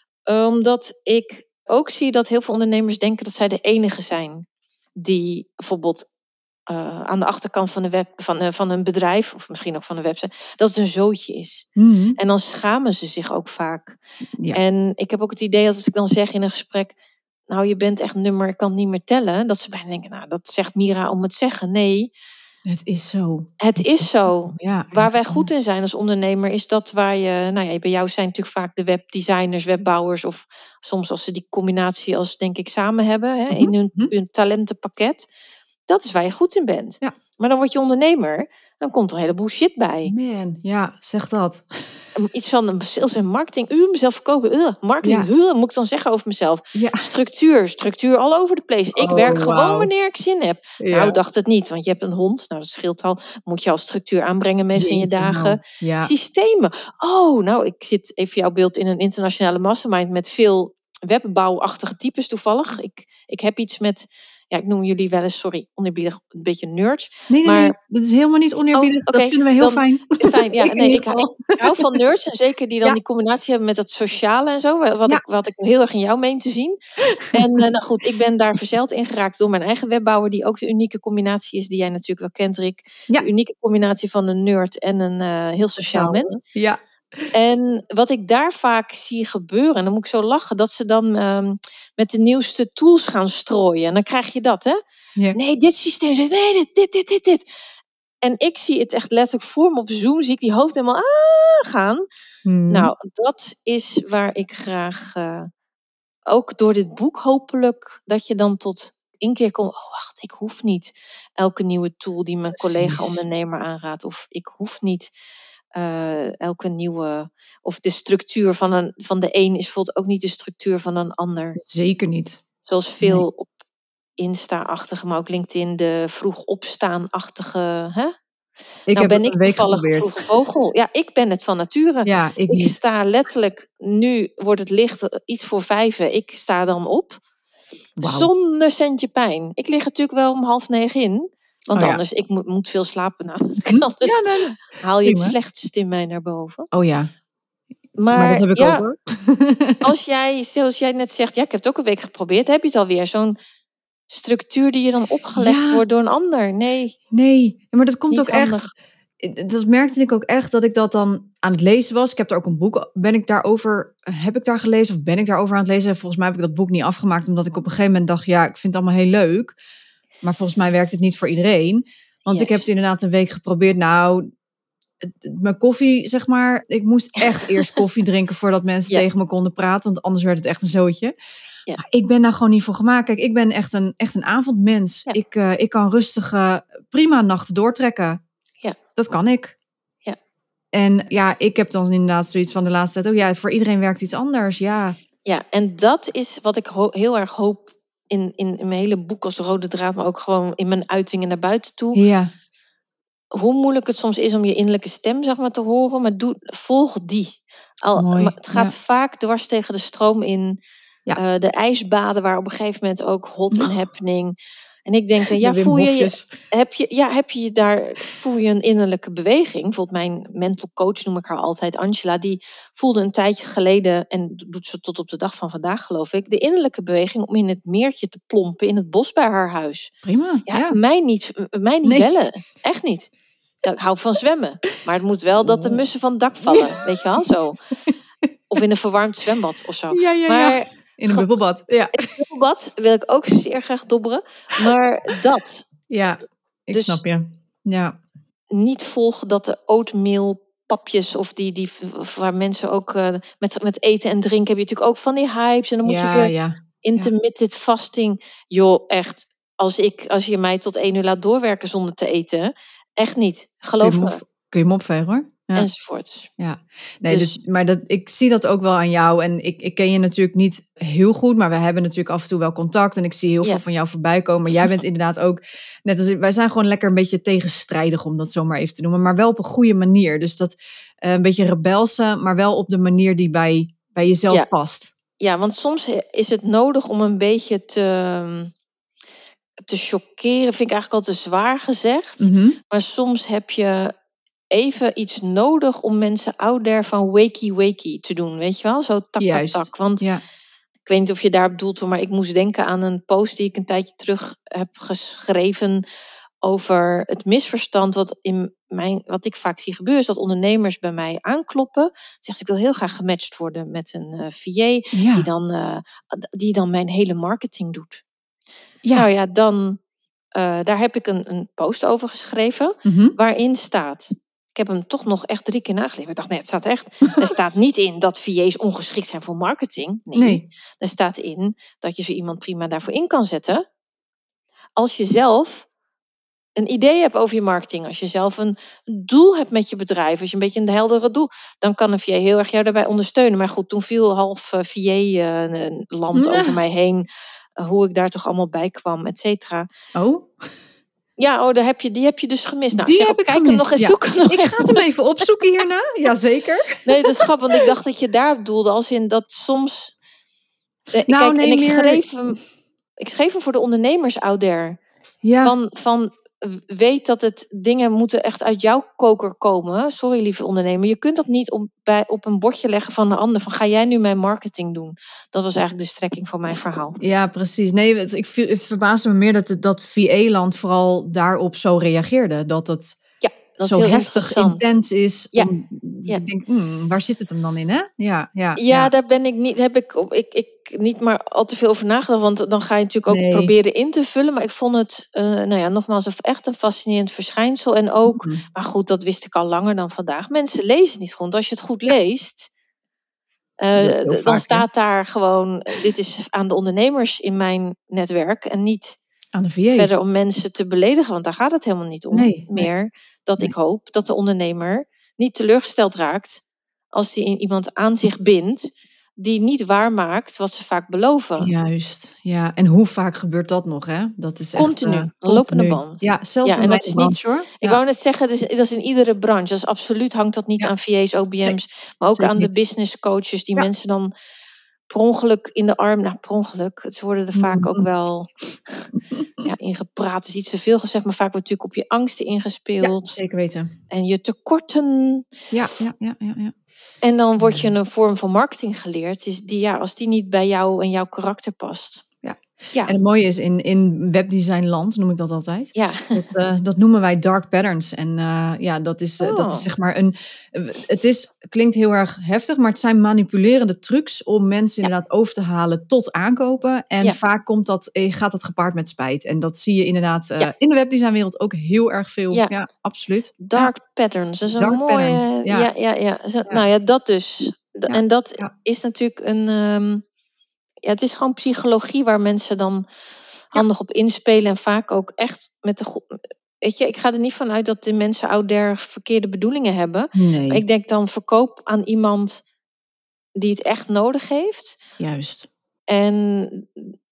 Speaker 2: Omdat ik ook zie dat heel veel ondernemers denken dat zij de enige zijn die bijvoorbeeld Uh, aan de achterkant van, de web, van, uh, van een bedrijf, of misschien ook van een website, dat het een zootje is. Mm-hmm. En dan schamen ze zich ook vaak. Ja. En ik heb ook het idee dat als ik dan zeg in een gesprek, nou, je bent echt nummer, ik kan het niet meer tellen, dat ze bijna denken, nou, dat zegt Mira om het zeggen. Nee.
Speaker 1: Het is zo.
Speaker 2: Het is zo. Ja, waar ja. wij goed in zijn als ondernemer, is dat waar je, nou ja, bij jou zijn natuurlijk vaak de webdesigners, webbouwers, of soms als ze die combinatie als, denk ik, samen hebben, hè, mm-hmm. in hun, hun talentenpakket. Dat is waar je goed in bent. Ja. Maar dan word je ondernemer, dan komt er een heleboel shit bij.
Speaker 1: Man, ja, zeg dat.
Speaker 2: Iets van sales en marketing. U, mezelf verkopen. Uh, marketing, ja. uh, moet ik dan zeggen over mezelf. Ja. Structuur, structuur all over the place. Ik oh, werk wow. gewoon wanneer ik zin heb. Ja. Nou, dacht het niet, want je hebt een hond. Nou, dat scheelt al. Moet je al structuur aanbrengen mensen Jeetje, in je dagen. Nou. Ja. Systemen. Oh, nou, ik zit even jouw beeld in een internationale mastermind met veel webbouwachtige types toevallig. Ik, ik heb iets met... Ja, ik noem jullie wel eens, sorry, oneerbiedig, een beetje nerds.
Speaker 1: Nee, nee, maar... nee, dat is helemaal niet oneerbiedig. Oh, okay. Dat vinden wij heel
Speaker 2: dan,
Speaker 1: fijn.
Speaker 2: fijn. Ja, ik, nee, ik, ik, ik hou van nerds. En zeker die dan ja. die combinatie hebben met dat sociale en zo. Wat, ja. ik, wat ik heel erg in jou meen te zien. En uh, nou goed, ik ben daar verzeild in geraakt door mijn eigen webbouwer. Die ook de unieke combinatie is, die jij natuurlijk wel kent, Rick. Ja. De unieke combinatie van een nerd en een uh, heel sociaal mens.
Speaker 1: Ja.
Speaker 2: En wat ik daar vaak zie gebeuren, en dan moet ik zo lachen, dat ze dan um, met de nieuwste tools gaan strooien. En dan krijg je dat, hè? Ja. Nee, dit systeem zegt, nee, dit, dit, dit, dit, dit. En ik zie het echt letterlijk voor me op Zoom, zie ik die hoofd helemaal ah, gaan. Hmm. Nou, dat is waar ik graag, uh, ook door dit boek hopelijk, dat je dan tot inkeer komt. Oh, wacht, ik hoef niet elke nieuwe tool die mijn collega-ondernemer aanraadt. Of ik hoef niet... Uh, elke nieuwe, of de structuur van, een, van de een is bijvoorbeeld ook niet de structuur van een ander.
Speaker 1: Zeker niet.
Speaker 2: Zoals veel nee. op Insta-achtige, maar ook LinkedIn, de vroeg opstaan-achtige. Hè?
Speaker 1: Ik
Speaker 2: nou
Speaker 1: heb
Speaker 2: ben
Speaker 1: het
Speaker 2: ik
Speaker 1: een week
Speaker 2: toevallig
Speaker 1: geprobeerd.
Speaker 2: Vroege vogel. Ja, ik ben het van nature.
Speaker 1: Ja, ik,
Speaker 2: ik
Speaker 1: niet.
Speaker 2: sta letterlijk, nu wordt het licht iets voor vijven, ik sta dan op. Wow. Zonder centje pijn. Ik lig natuurlijk wel om half negen in. Want
Speaker 1: Oh ja.
Speaker 2: anders, ik moet, moet veel slapen namelijk.
Speaker 1: Hm?
Speaker 2: Anders
Speaker 1: Ja, nee, nee.
Speaker 2: haal je het
Speaker 1: Prima.
Speaker 2: slechtste in mij naar boven.
Speaker 1: Oh ja.
Speaker 2: Maar,
Speaker 1: Maar dat heb ik
Speaker 2: ja,
Speaker 1: ook hoor.
Speaker 2: als jij, zoals jij net zegt, ja, ik heb het ook een week geprobeerd, heb je het alweer. Zo'n structuur die je dan opgelegd
Speaker 1: Ja.
Speaker 2: wordt door een ander. Nee,
Speaker 1: Nee, ja, maar dat komt
Speaker 2: niet
Speaker 1: ook
Speaker 2: handig.
Speaker 1: echt. Dat merkte ik ook echt dat ik dat dan aan het lezen was. Ik heb daar ook een boek. Ben ik daarover? Heb ik daar gelezen of ben ik daarover aan het lezen? Volgens mij heb ik dat boek niet afgemaakt, omdat ik op een gegeven moment dacht, ja, ik vind het allemaal heel leuk, maar volgens mij werkt het niet voor iedereen. Want ik heb het
Speaker 2: Juist.
Speaker 1: inderdaad een week geprobeerd. Nou, het- het- mijn koffie, zeg maar. Ik moest echt eerst koffie drinken voordat mensen
Speaker 2: Ja.
Speaker 1: tegen me konden praten, want anders werd het echt een zootje.
Speaker 2: Ja.
Speaker 1: Maar ik ben daar gewoon niet voor gemaakt. Kijk, ik ben echt een, echt een avondmens.
Speaker 2: Ja.
Speaker 1: Ik, eh, ik kan rustig eh, prima nachten doortrekken.
Speaker 2: Ja.
Speaker 1: Dat kan ik.
Speaker 2: Ja.
Speaker 1: En ja, ik heb dan inderdaad zoiets van de laatste tijd. Oh ja, voor iedereen werkt iets anders. Ja.
Speaker 2: Ja, en dat is wat ik ho- heel erg hoop in, in, in mijn hele boek als rode draad, maar ook gewoon in mijn uitingen naar buiten toe.
Speaker 1: Ja.
Speaker 2: Hoe moeilijk het soms is om je innerlijke stem, zeg maar, te horen, maar doe, volg die. Al,
Speaker 1: Mooi,
Speaker 2: maar het gaat
Speaker 1: ja.
Speaker 2: vaak dwars tegen de stroom in.
Speaker 1: Ja.
Speaker 2: Eh, de ijsbaden waar op een gegeven moment ook hot and happening. En ik denk dan,
Speaker 1: De
Speaker 2: ja,
Speaker 1: Wim
Speaker 2: voel je, je,
Speaker 1: Hofjes.
Speaker 2: heb je, ja, heb je je daar, voel je een innerlijke beweging? Bijvoorbeeld mijn mental coach noem ik haar altijd, Angela, die voelde een tijdje geleden, en doet ze tot op de dag van vandaag geloof ik, de innerlijke beweging om in het meertje te plompen in het bos bij haar huis.
Speaker 1: Prima.
Speaker 2: Ja,
Speaker 1: Ja.
Speaker 2: mij niet, mij niet
Speaker 1: Nee.
Speaker 2: bellen. Echt niet. Ja, ik hou van zwemmen. Maar het moet wel dat de mussen van het dak vallen. Weet je wel, zo. Of in een verwarmd zwembad of zo.
Speaker 1: Ja, ja,
Speaker 2: Maar
Speaker 1: ja. In een bubbelbad. Ja.
Speaker 2: bubbelbad wil ik ook zeer graag dobberen. Maar dat.
Speaker 1: Ja, ik
Speaker 2: Dus
Speaker 1: snap je. Ja.
Speaker 2: niet volgen dat de oatmeal papjes of die, die waar mensen ook uh, met, met eten en drinken heb je natuurlijk ook van die hypes. En dan moet
Speaker 1: Ja,
Speaker 2: je de
Speaker 1: ja.
Speaker 2: intermittent fasting. Joh, echt. Als, ik, als je mij tot één uur laat doorwerken zonder te eten. Echt niet.
Speaker 1: Kun je
Speaker 2: Geloof
Speaker 1: hem
Speaker 2: me.
Speaker 1: op, kun je hem opvegen hoor. Ja.
Speaker 2: Enzovoort.
Speaker 1: Ja, nee, dus,
Speaker 2: Dus-
Speaker 1: maar dat, ik zie dat ook wel aan jou. En ik, ik ken je natuurlijk niet heel goed, maar we hebben natuurlijk af en toe wel contact. En ik zie heel
Speaker 2: Ja.
Speaker 1: veel van jou voorbij komen. Maar jij bent inderdaad ook, net als ik, wij zijn gewoon lekker een beetje tegenstrijdig, om dat zo maar even te noemen. Maar wel op een goede manier. Dus dat eh, een beetje rebelse, maar wel op de manier die bij, bij jezelf
Speaker 2: Ja.
Speaker 1: past.
Speaker 2: Ja, want soms is het nodig om een beetje te, te chockeren. Vind ik eigenlijk al te zwaar gezegd.
Speaker 1: Mhm.
Speaker 2: Maar soms heb je even iets nodig om mensen out there van wakey wakey te doen. Weet je wel? Zo tak, tak,
Speaker 1: Juist.
Speaker 2: tak. Want
Speaker 1: Ja.
Speaker 2: ik weet niet of je daarop doelt, maar ik moest denken aan een post die ik een tijdje terug heb geschreven over het misverstand wat, in mijn, wat ik vaak zie gebeuren, is dat ondernemers bij mij aankloppen. Zegt, ik wil heel graag gematcht worden met een uh, V A
Speaker 1: Ja.
Speaker 2: die, dan, uh, die dan mijn hele marketing doet.
Speaker 1: Ja.
Speaker 2: Nou ja, dan, uh, daar heb ik een, een post over geschreven,
Speaker 1: Mhm.
Speaker 2: waarin staat, ik heb hem toch nog echt drie keer nagelezen. Ik dacht, nee, het staat echt, er staat niet in dat V A's ongeschikt zijn voor marketing. Nee,
Speaker 1: Nee.
Speaker 2: er staat in dat je zo iemand prima daarvoor in kan zetten, als je zelf een idee hebt over je marketing, als je zelf een doel hebt met je bedrijf, als je een beetje een heldere doel, dan kan een V A heel erg jou daarbij ondersteunen. Maar goed, toen viel half uh, V A-land uh,
Speaker 1: Ja.
Speaker 2: over mij heen, uh, hoe ik daar toch allemaal bij kwam, et cetera.
Speaker 1: Oh,
Speaker 2: Ja, oh, daar heb je, die heb je dus gemist. Nou,
Speaker 1: die
Speaker 2: zeg,
Speaker 1: heb ik
Speaker 2: kijk
Speaker 1: gemist.
Speaker 2: hem nog eens
Speaker 1: Ja.
Speaker 2: zoeken. Nog
Speaker 1: Ik ga het hem even opzoeken hierna. Jazeker.
Speaker 2: Nee, dat is grappig, want ik dacht dat je daarop doelde, als in dat soms. Eh,
Speaker 1: Nou,
Speaker 2: kijk,
Speaker 1: nee,
Speaker 2: en ik
Speaker 1: meer...
Speaker 2: schreef hem, ik schreef hem voor de ondernemers out there.
Speaker 1: Ja.
Speaker 2: Van, van weet dat het dingen moeten echt uit jouw koker komen. Sorry, lieve ondernemer. Je kunt dat niet op, bij, op een bordje leggen van een ander. Van, ga jij nu mijn marketing doen? Dat was eigenlijk de strekking van mijn verhaal.
Speaker 1: Ja, precies. Nee, het, ik, het verbaasde me meer dat het, dat V A-land vooral daarop zo reageerde. Dat het
Speaker 2: ja, dat
Speaker 1: zo heftig, intens is.
Speaker 2: Ja.
Speaker 1: Om,
Speaker 2: ja.
Speaker 1: Ik denk, hmm, waar zit het hem dan in, hè? Ja, ja,
Speaker 2: ja,
Speaker 1: ja.
Speaker 2: daar ben ik niet, heb ik, ik, ik niet maar al te veel over nagedacht. Want dan ga je natuurlijk ook
Speaker 1: Nee.
Speaker 2: proberen in te vullen. Maar ik vond het, uh, nou ja, nogmaals, echt een fascinerend verschijnsel. En ook,
Speaker 1: Mm-hmm.
Speaker 2: maar goed, dat wist ik al langer dan vandaag. Mensen lezen niet goed. Als je het goed leest, uh, d-
Speaker 1: vaak,
Speaker 2: dan staat hè? Daar gewoon, dit is aan de ondernemers in mijn netwerk. En niet
Speaker 1: aan de V A's.
Speaker 2: verder om mensen te beledigen. Want daar gaat het helemaal niet om.
Speaker 1: Nee,
Speaker 2: meer
Speaker 1: nee.
Speaker 2: dat
Speaker 1: nee.
Speaker 2: ik hoop dat de ondernemer niet teleurgesteld raakt als hij iemand aan zich bindt die niet waarmaakt wat ze vaak beloven.
Speaker 1: Juist, ja. En hoe vaak gebeurt dat nog, hè? Dat is
Speaker 2: continu,
Speaker 1: echt, uh,
Speaker 2: een lopende band.
Speaker 1: Ja, zelfs
Speaker 2: ja,
Speaker 1: in
Speaker 2: en
Speaker 1: mijn
Speaker 2: dat is
Speaker 1: branche,
Speaker 2: niet,
Speaker 1: hoor.
Speaker 2: Ik
Speaker 1: ja.
Speaker 2: wou net zeggen, dat is, dat is in iedere branche. Dat is absoluut, hangt dat niet
Speaker 1: ja.
Speaker 2: aan V A's, O B M's,
Speaker 1: nee,
Speaker 2: maar ook aan de
Speaker 1: niet.
Speaker 2: business coaches die
Speaker 1: ja.
Speaker 2: mensen dan per ongeluk in de arm. Nou, per ongeluk. Ze worden er vaak ook wel ja, in gepraat. Is iets te veel gezegd, maar vaak wordt natuurlijk op je angsten
Speaker 1: Ja,
Speaker 2: ingespeeld.
Speaker 1: zeker weten.
Speaker 2: En je tekorten.
Speaker 1: Ja, ja, ja, ja, ja.
Speaker 2: En dan word je een vorm van marketing geleerd. Dus die, ja, als die niet bij jou en jouw karakter past.
Speaker 1: Ja.
Speaker 2: Ja.
Speaker 1: En het mooie is, in, in webdesignland noem ik dat altijd.
Speaker 2: Ja.
Speaker 1: Dat, uh, dat noemen wij dark patterns. En uh, ja, dat is, uh,
Speaker 2: Oh.
Speaker 1: dat is zeg maar een... Uh, het is, klinkt heel erg heftig, maar het zijn manipulerende trucs om mensen
Speaker 2: Ja.
Speaker 1: inderdaad over te halen tot aankopen. En
Speaker 2: Ja.
Speaker 1: vaak komt dat, gaat dat gepaard met spijt. En dat zie je inderdaad uh,
Speaker 2: Ja.
Speaker 1: in de webdesignwereld ook heel erg veel. Ja,
Speaker 2: Ja.
Speaker 1: absoluut.
Speaker 2: Dark
Speaker 1: ja.
Speaker 2: patterns, dat is een
Speaker 1: Dark
Speaker 2: mooie...
Speaker 1: patterns, ja.
Speaker 2: Ja, ja, ja. Zo,
Speaker 1: ja.
Speaker 2: Nou ja, dat dus.
Speaker 1: Ja.
Speaker 2: En dat
Speaker 1: ja.
Speaker 2: is natuurlijk een... Um, ja, het is gewoon psychologie waar mensen dan handig ja. op inspelen. En vaak ook echt met de... Go- Weet je, ik ga er niet vanuit dat de mensen out there verkeerde bedoelingen hebben.
Speaker 1: Nee.
Speaker 2: Maar ik denk dan verkoop aan iemand die het echt nodig heeft.
Speaker 1: Juist.
Speaker 2: En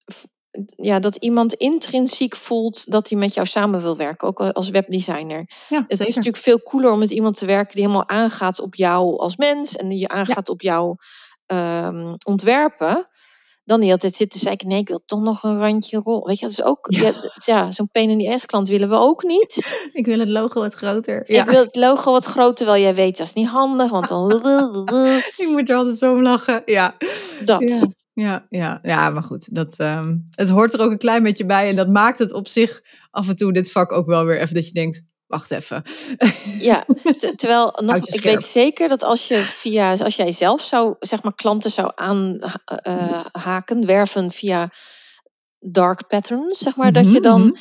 Speaker 2: ja, dat iemand intrinsiek voelt dat hij met jou samen wil werken. Ook als webdesigner.
Speaker 1: Ja,
Speaker 2: het
Speaker 1: zeker.
Speaker 2: is natuurlijk veel cooler om met iemand te werken die helemaal aangaat op jou als mens. En die aangaat ja. op jouw um, ontwerpen. Dan niet altijd zitten zeggen, nee, ik wil toch nog een randje rol. Weet je, dat is ook, ja, ja, ja zo'n pain in the ass klant willen we ook niet.
Speaker 1: Ik wil het logo wat groter. Ja.
Speaker 2: Ik wil het logo wat groter, terwijl jij weet, dat is niet handig, want dan...
Speaker 1: Ik moet er altijd zo om lachen, ja.
Speaker 2: Dat.
Speaker 1: Ja, ja, ja, ja maar goed, dat, um, het hoort er ook een klein beetje bij. En dat maakt het op zich af en toe dit vak ook wel weer even dat je denkt, wacht even.
Speaker 2: Ja, t- terwijl nog, ik weet zeker dat als je via, als jij zelf zou, zeg maar, klanten zou aanhaken, uh, werven via dark patterns, zeg maar, mm-hmm, dat je dan, mm-hmm.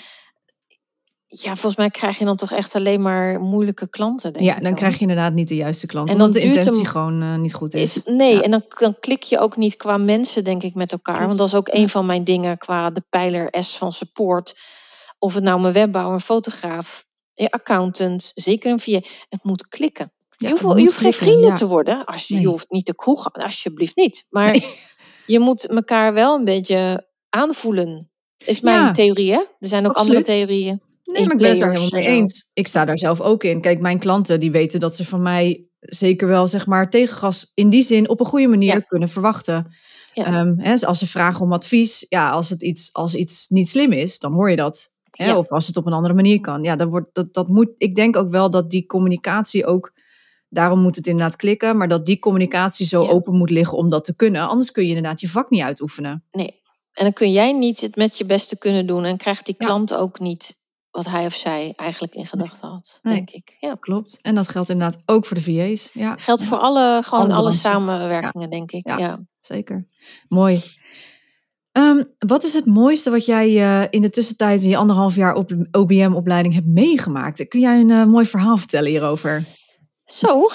Speaker 2: ja, volgens mij krijg je dan toch echt alleen maar moeilijke klanten, denk
Speaker 1: ja,
Speaker 2: ik.
Speaker 1: Dan, dan krijg je inderdaad niet de juiste klanten,
Speaker 2: en dan
Speaker 1: omdat de intentie
Speaker 2: hem,
Speaker 1: gewoon uh, niet goed is.
Speaker 2: is nee,
Speaker 1: ja.
Speaker 2: en dan, dan klik je ook niet qua mensen, denk ik, met elkaar. Klopt. Want dat is ook ja. een van mijn dingen qua de pijler S van support. Of het nou mijn webbouwer, een fotograaf, je accountant, zeker een V A. Het moet klikken. Ja, je hoeft, je hoeft geen vrienden ja. te worden. Als je, nee. je hoeft niet de kroeg, alsjeblieft niet. Maar nee. je moet elkaar wel een beetje aanvoelen. Is mijn ja. theorie, hè? Er zijn ook Absoluut. andere theorieën.
Speaker 1: Nee, maar ik ben het daar helemaal mee eens. Ik sta daar zelf ook in. Kijk, mijn klanten die weten dat ze van mij zeker wel, zeg maar, tegengas in die zin op een goede manier ja. kunnen verwachten. Ja. Um, hè, als ze vragen om advies, ja, als het iets, als iets niet slim is, dan hoor je dat. Hè? Ja. Of als het op een andere manier kan. Ja, dat wordt, dat, dat moet, ik denk ook wel dat die communicatie ook, daarom moet het inderdaad klikken, maar dat die communicatie zo ja. open moet liggen om dat te kunnen. Anders kun je inderdaad je vak niet uitoefenen.
Speaker 2: Nee. En dan kun jij niet het met je beste kunnen doen en krijgt die klant ja. ook niet wat hij of zij eigenlijk in gedachten had,
Speaker 1: nee.
Speaker 2: denk ik. Ja.
Speaker 1: Klopt. En dat geldt inderdaad ook voor de V A's. Ja.
Speaker 2: Geldt ja. voor alle, gewoon alle, alle samenwerkingen, ja. denk ik.
Speaker 1: Ja,
Speaker 2: ja.
Speaker 1: zeker. Mooi. Um, wat is het mooiste wat jij uh, in de tussentijd in je anderhalf jaar op O B M-opleiding hebt meegemaakt? Kun jij een uh, mooi verhaal vertellen hierover?
Speaker 2: Zo.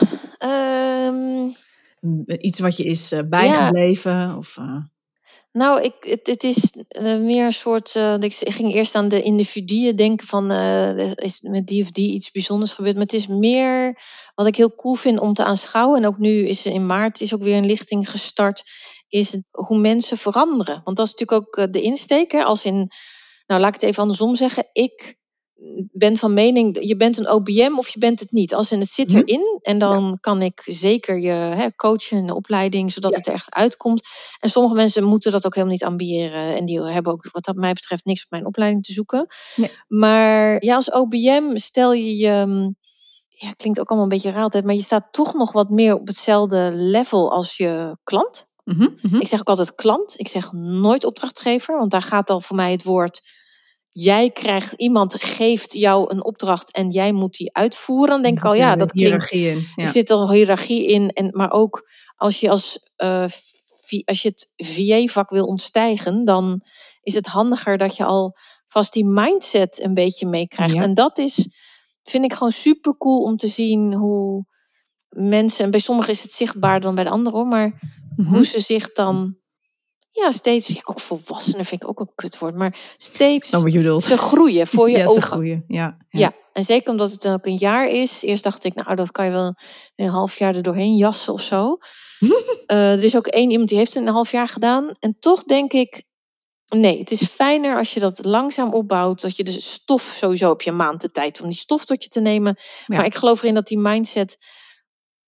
Speaker 2: Um...
Speaker 1: Iets wat je is uh, bijgebleven? Ja. Of, uh...
Speaker 2: Nou, ik, het, het is uh, meer een soort... Uh, ik ging eerst aan de individuen denken van... Uh, is met die of die iets bijzonders gebeurd. Maar het is meer wat ik heel cool vind om te aanschouwen. En ook nu is er in maart is ook weer een lichting gestart. Is het, hoe mensen veranderen. Want dat is natuurlijk ook uh, de insteek. Hè? Als in... Nou, laat ik het even andersom zeggen. Ik ben van mening... Je bent een O B M of je bent het niet. Als in het zit erin. En dan ja. kan ik zeker je hè, coachen in de opleiding. Zodat ja. het er echt uitkomt. En sommige mensen moeten dat ook helemaal niet ambiëren. En die hebben ook wat dat mij betreft niks op mijn opleiding te zoeken. Nee. Maar ja, als O B M stel je je... Ja, klinkt ook allemaal een beetje raar altijd. Maar je staat toch nog wat meer op hetzelfde level als je klant.
Speaker 1: Mm-hmm, mm-hmm.
Speaker 2: Ik zeg ook altijd klant. Ik zeg nooit opdrachtgever. Want daar gaat al voor mij het woord... Jij krijgt, iemand geeft jou een opdracht en jij moet die uitvoeren. Dan denk ik al, ja, dat klinkt...
Speaker 1: In, ja.
Speaker 2: Er zit al hiërarchie in. En, maar ook als je, als, uh, als je het V A-vak wil ontstijgen, dan is het handiger dat je al vast die mindset een beetje meekrijgt. Ja. En dat is, vind ik gewoon super cool om te zien hoe mensen, en bij sommigen is het zichtbaarder dan bij de anderen, maar mm-hmm. hoe ze zich dan... Ja, steeds, ja, ook volwassenen vind ik ook een kutwoord, maar steeds ze groeien voor je
Speaker 1: ja,
Speaker 2: ogen.
Speaker 1: Ze groeien, ja,
Speaker 2: ja. ja, en zeker omdat het dan ook een jaar is. Eerst dacht ik, nou, dat kan je wel een half jaar er doorheen jassen of zo. uh, er is ook één iemand die heeft het een half jaar gedaan. En toch denk ik, nee, het is fijner als je dat langzaam opbouwt. Dat je de stof sowieso op je maand de tijd om die stof tot je te nemen. Ja. Maar ik geloof erin dat die mindset...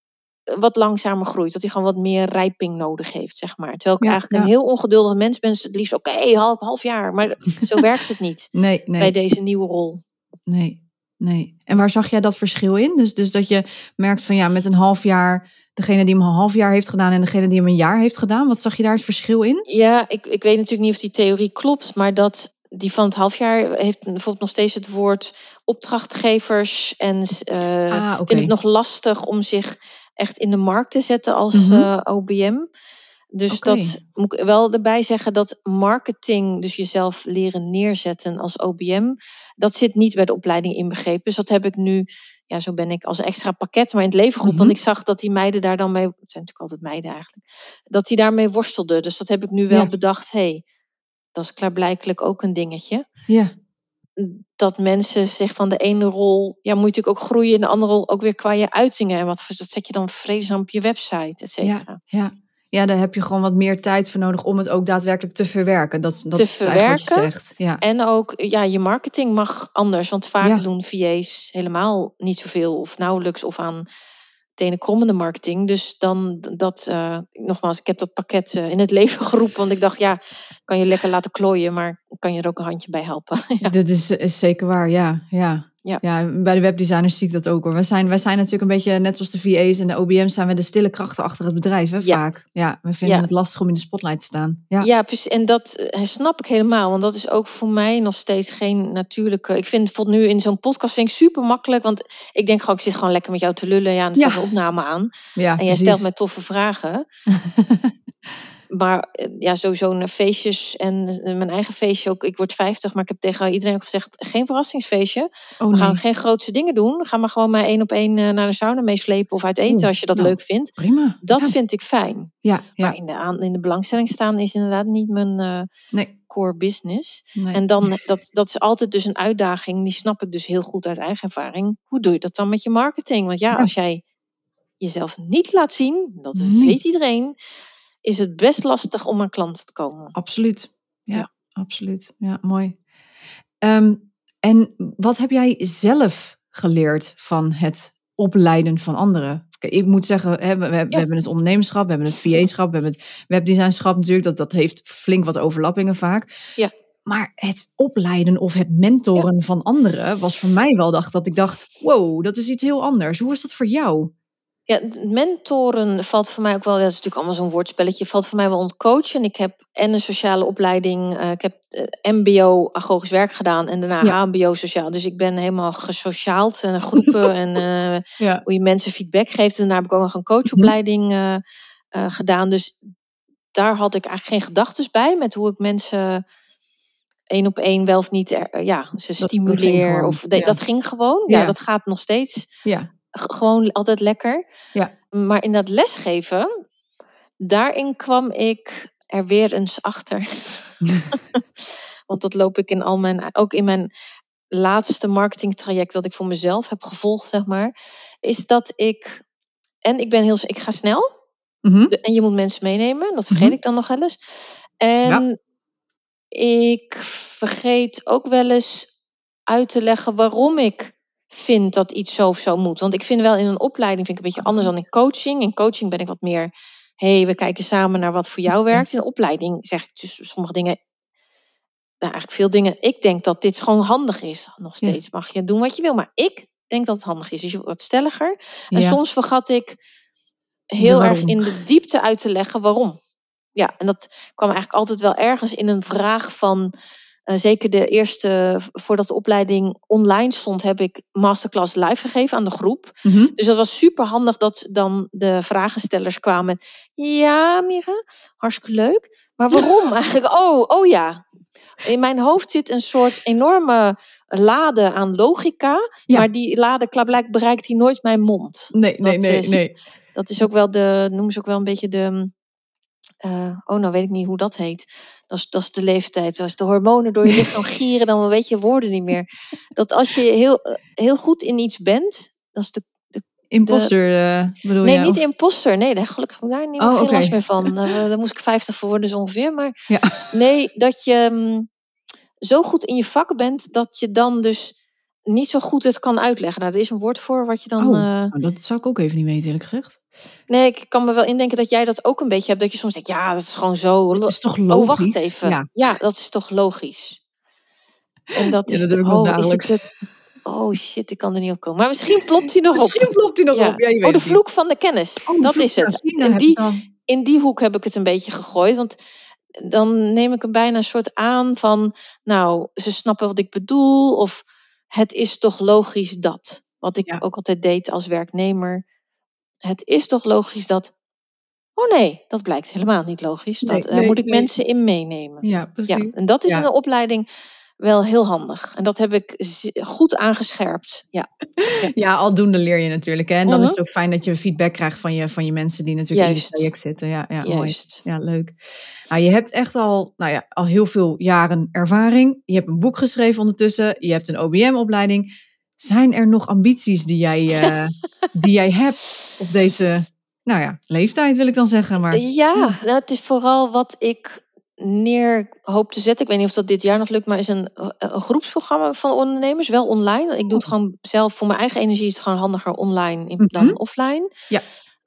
Speaker 2: wat langzamer groeit. Dat hij gewoon wat meer rijping nodig heeft, zeg maar. Terwijl ik
Speaker 1: Ja,
Speaker 2: eigenlijk
Speaker 1: ja.
Speaker 2: een heel ongeduldig mens ben. Het liefst oké, okay, half, half jaar. Maar zo werkt het niet
Speaker 1: nee, nee.
Speaker 2: bij deze nieuwe rol.
Speaker 1: Nee, nee. En waar zag jij dat verschil in? Dus, dus dat je merkt van ja, met een half jaar, degene die hem een half jaar heeft gedaan en degene die hem een jaar heeft gedaan. Wat zag je daar het verschil in?
Speaker 2: Ja, ik, ik weet natuurlijk niet of die theorie klopt, maar dat die van het half jaar heeft bijvoorbeeld nog steeds het woord opdrachtgevers en uh,
Speaker 1: ah, okay.
Speaker 2: vindt het nog lastig om zich echt in de markt te zetten als
Speaker 1: mm-hmm.
Speaker 2: uh, O B M. Dus
Speaker 1: okay.
Speaker 2: dat moet ik wel erbij zeggen dat marketing, dus jezelf leren neerzetten als O B M, dat zit niet bij de opleiding inbegrepen. Dus dat heb ik nu, ja, zo ben ik als extra pakket, maar in het leven geroepen. Mm-hmm. Want ik zag dat die meiden daar dan mee, het zijn natuurlijk altijd meiden eigenlijk, dat die daarmee worstelden. Dus dat heb ik nu wel ja. bedacht, hé, hey, dat is klaarblijkelijk ook een dingetje.
Speaker 1: Ja.
Speaker 2: Dat mensen zich van de ene rol, ja, moet je natuurlijk ook groeien in de andere rol, ook weer qua je uitingen. En wat dat zet je dan vreselijk op je
Speaker 1: Ja,
Speaker 2: website, et cetera.
Speaker 1: Ja. Ja, daar heb je gewoon wat meer tijd voor nodig om het ook daadwerkelijk te verwerken. Dat, dat
Speaker 2: te
Speaker 1: is
Speaker 2: verwerken.
Speaker 1: eigenlijk wat je zegt. Ja.
Speaker 2: En ook, ja, je marketing mag anders. Want vaak
Speaker 1: ja.
Speaker 2: doen V A's helemaal niet zoveel of nauwelijks of aan tenenkrommende marketing. Dus dan dat, uh, nogmaals, ik heb dat pakket uh, in het leven geroepen. Want ik dacht, ja, kan je lekker laten klooien, maar kan je er ook een handje bij helpen. ja.
Speaker 1: Dat is, is zeker waar, ja. ja. Ja. ja, bij de webdesigners zie ik dat ook hoor. Wij zijn, wij zijn natuurlijk een beetje, net zoals de V A's en de O B M's, zijn we de stille krachten achter het bedrijf, hè,
Speaker 2: ja.
Speaker 1: vaak. Ja, we vinden
Speaker 2: ja.
Speaker 1: het lastig om in de spotlight te staan. Ja,
Speaker 2: ja precies. En dat uh, snap ik helemaal. Want dat is ook voor mij nog steeds geen natuurlijke. Ik vind bijvoorbeeld nu in zo'n podcast vind ik super makkelijk. Want ik denk gewoon, ik zit gewoon lekker met jou te lullen. Ja, en er staat ja. een opname aan.
Speaker 1: Ja,
Speaker 2: en jij
Speaker 1: precies.
Speaker 2: stelt mij toffe vragen. Maar ja, sowieso naar feestjes en mijn eigen feestje ook. Ik word vijftig, maar ik heb tegen iedereen ook gezegd, geen verrassingsfeestje.
Speaker 1: Oh,
Speaker 2: we
Speaker 1: nee.
Speaker 2: gaan geen grootste dingen doen. Ga maar gewoon maar één op één naar de sauna meeslepen of uit eten Oeh, als je dat
Speaker 1: nou,
Speaker 2: leuk vindt.
Speaker 1: Prima.
Speaker 2: Dat
Speaker 1: ja.
Speaker 2: vind ik fijn.
Speaker 1: Ja, ja.
Speaker 2: Maar in de, aan, in de belangstelling staan is inderdaad niet mijn uh,
Speaker 1: nee.
Speaker 2: core business.
Speaker 1: Nee.
Speaker 2: En dan, dat, dat is altijd dus een uitdaging. Die snap ik dus heel goed uit eigen ervaring. Hoe doe je dat dan met je marketing? Want ja, ja. als jij jezelf niet laat zien, dat nee. weet iedereen, is het best lastig om aan klanten te komen.
Speaker 1: Absoluut. Ja, ja. absoluut. Ja, mooi. Um, en wat heb jij zelf geleerd van het opleiden van anderen? Kijk, ik moet zeggen, hè, we, we, ja. we hebben het ondernemerschap, we hebben het V A-schap, we hebben het webdesignschap natuurlijk. Dat, dat heeft flink wat overlappingen vaak.
Speaker 2: Ja.
Speaker 1: Maar het opleiden of het mentoren ja. van anderen was voor mij wel dacht, dat ik dacht, wow, dat is iets heel anders. Hoe was dat voor jou?
Speaker 2: Ja, mentoren valt voor mij ook wel, dat is natuurlijk allemaal zo'n woordspelletje, valt voor mij wel onder coachen. Ik heb en een sociale opleiding, uh, ik heb uh, M B O agogisch werk gedaan en daarna ja. H B O sociaal. Dus ik ben helemaal gesociaald en groepen en uh, ja. hoe je mensen feedback geeft. En daarna heb ik ook nog een coachopleiding uh, uh, gedaan. Dus daar had ik eigenlijk geen gedachtes bij met hoe ik mensen één op één wel of niet, er, ja, ze dat, stimuleer. Dat of de, ja. dat ging gewoon. Ja, ja, dat gaat nog steeds.
Speaker 1: Ja.
Speaker 2: Gewoon altijd lekker.
Speaker 1: Ja.
Speaker 2: Maar in dat lesgeven, daarin kwam ik er weer eens achter. Want dat loop ik in al mijn, ook in mijn laatste marketingtraject dat ik voor mezelf heb gevolgd, zeg maar, is dat ik, en ik ben heel, ik ga snel.
Speaker 1: Mm-hmm.
Speaker 2: En je moet mensen meenemen, dat vergeet mm-hmm. ik dan nog wel eens. En ja. ik vergeet ook wel eens uit te leggen waarom ik vind dat iets zo of zo moet. Want ik vind wel in een opleiding vind ik een beetje anders dan in coaching. In coaching ben ik wat meer, hé, hey, we kijken samen naar wat voor jou werkt. In een opleiding zeg ik dus sommige dingen, nou eigenlijk veel dingen, ik denk dat dit gewoon handig is. Nog steeds ja. mag je doen wat je wil, maar ik denk dat het handig is. Dus je wordt wat stelliger. En ja. soms vergat ik heel erg in de diepte uit te leggen waarom. Ja, en dat kwam eigenlijk altijd wel ergens in een vraag van, uh, zeker de eerste, voordat de opleiding online stond, heb ik masterclass live gegeven aan de groep.
Speaker 1: Mm-hmm.
Speaker 2: Dus dat was super handig dat dan de vragenstellers kwamen met, ja Mira, hartstikke leuk, maar waarom eigenlijk? Oh, oh ja, in mijn hoofd zit een soort enorme lade aan logica, ja. maar die lade klaarblijk bereikt die nooit mijn mond.
Speaker 1: Nee, nee,
Speaker 2: dat
Speaker 1: nee,
Speaker 2: is,
Speaker 1: nee.
Speaker 2: Dat is ook wel de, noemen ze ook wel een beetje de, uh, oh nou weet ik niet hoe dat heet. Dat is, dat is de leeftijd. Als de hormonen door je lichaam gieren, dan weet je woorden niet meer. Dat als je heel, heel goed in iets bent, dat is de
Speaker 1: imposter uh, bedoel
Speaker 2: nee,
Speaker 1: je?
Speaker 2: niet
Speaker 1: of?
Speaker 2: imposter. Nee, daar gelukkig heb ik daar niet,
Speaker 1: oh,
Speaker 2: geen
Speaker 1: okay.
Speaker 2: last meer van. Daar, daar moest ik vijftig voor worden, zo ongeveer. Maar
Speaker 1: ja.
Speaker 2: nee, dat je um, zo goed in je vak bent, dat je dan dus niet zo goed het kan uitleggen. Nou, er is een woord voor wat je dan...
Speaker 1: Oh,
Speaker 2: Uh...
Speaker 1: nou, dat zou ik ook even niet weten, eerlijk gezegd.
Speaker 2: Nee, ik kan me wel indenken dat jij dat ook een beetje hebt. Dat je soms denkt, ja, dat is gewoon zo...
Speaker 1: Dat is toch logisch?
Speaker 2: Oh, wacht even. Ja, ja dat is toch logisch. En dat
Speaker 1: ja,
Speaker 2: is...
Speaker 1: dat
Speaker 2: de...
Speaker 1: doe ik nog
Speaker 2: oh,
Speaker 1: dagelijks.
Speaker 2: is het de... oh shit, ik kan er niet op komen. Maar misschien plopt hij nog
Speaker 1: misschien
Speaker 2: op.
Speaker 1: Misschien plopt hij nog
Speaker 2: ja.
Speaker 1: op. Ja, je weet
Speaker 2: oh, de
Speaker 1: het
Speaker 2: vloek
Speaker 1: niet.
Speaker 2: van de kennis.
Speaker 1: Oh, de
Speaker 2: dat
Speaker 1: vloek,
Speaker 2: is het.
Speaker 1: Ja, zie,
Speaker 2: in, die, in die hoek heb ik het een beetje gegooid. Want dan neem ik hem bijna een soort aan van... Nou, ze snappen wat ik bedoel. Of het is toch logisch dat. Wat ik
Speaker 1: ja.
Speaker 2: ook altijd deed als werknemer. Het is toch logisch dat... Oh nee, dat blijkt helemaal niet logisch.
Speaker 1: Nee,
Speaker 2: dat, daar
Speaker 1: nee,
Speaker 2: moet ik
Speaker 1: nee.
Speaker 2: mensen in meenemen.
Speaker 1: Ja, precies.
Speaker 2: Ja, en dat is
Speaker 1: ja.
Speaker 2: in een opleiding wel heel handig. En dat heb ik goed aangescherpt. Ja,
Speaker 1: ja. ja aldoende leer je natuurlijk. Hè? En dan
Speaker 2: uh-huh.
Speaker 1: is het ook fijn dat je feedback krijgt van je, van je mensen die natuurlijk
Speaker 2: Juist.
Speaker 1: in het traject zitten. Ja, ja
Speaker 2: Juist.
Speaker 1: mooi. Ja, leuk. Nou, je hebt echt al, nou ja, al heel veel jaren ervaring. Je hebt een boek geschreven ondertussen. Je hebt een O B M-opleiding. Zijn er nog ambities die jij, uh, die jij hebt op deze, nou ja, leeftijd wil ik dan zeggen. Maar,
Speaker 2: ja, ja. Nou, het is vooral wat ik neer hoop te zetten. Ik weet niet of dat dit jaar nog lukt, maar is een, een groepsprogramma van ondernemers, wel online. Ik doe het gewoon zelf, voor mijn eigen energie is het gewoon handiger online in, dan
Speaker 1: mm-hmm.
Speaker 2: offline.
Speaker 1: Ja.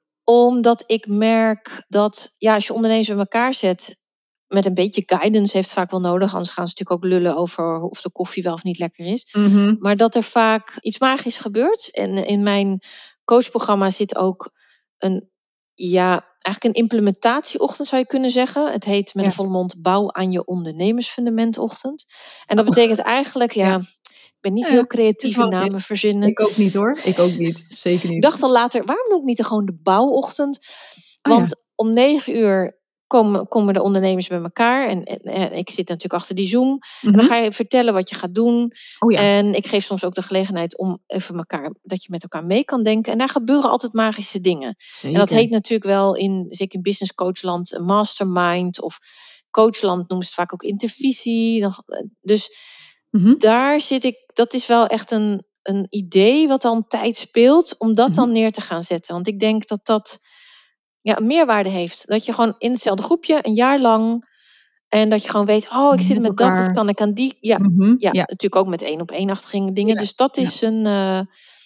Speaker 2: Omdat ik merk dat, ja, als je ondernemers bij elkaar zet, met een beetje guidance heeft vaak wel nodig. Anders gaan ze natuurlijk ook lullen over of de koffie wel of niet lekker is.
Speaker 1: Mm-hmm.
Speaker 2: Maar dat er vaak iets magisch gebeurt. En in mijn coachprogramma zit ook een, ja, eigenlijk een implementatieochtend zou je kunnen zeggen. Het heet met
Speaker 1: ja.
Speaker 2: een volle mond bouw aan je ondernemersfundamentochtend. En dat oh. betekent eigenlijk, ja, ja. ik ben niet ja, heel creatieve namen verzinnen.
Speaker 1: Ik ook niet hoor, ik ook niet, zeker niet.
Speaker 2: Ik dacht al later, waarom noem ik niet gewoon de bouwochtend? Want oh, ja. om negen uur komen, komen de ondernemers bij elkaar. En, en, en ik zit natuurlijk achter die Zoom. Mm-hmm. En dan ga je vertellen wat je gaat doen.
Speaker 1: Oh, ja.
Speaker 2: En ik geef soms ook de gelegenheid om even elkaar, dat je met elkaar mee kan denken. En daar gebeuren altijd magische dingen.
Speaker 1: Zeker.
Speaker 2: En dat heet natuurlijk wel in, zeker in business coachland, een mastermind. Of coachland noemen ze het vaak ook intervisie. Dus mm-hmm. daar zit ik, dat is wel echt een, een idee wat dan tijd speelt. Om dat mm-hmm. dan neer te gaan zetten. Want ik denk dat dat... ja, een meerwaarde heeft. Dat je gewoon in hetzelfde groepje, een jaar lang... en dat je gewoon weet, oh, ik zit met, met dat, dat kan ik aan die... Ja, mm-hmm, ja, ja. natuurlijk ook met één op één-achtige dingen. Ja, dus dat is ja. een... Uh,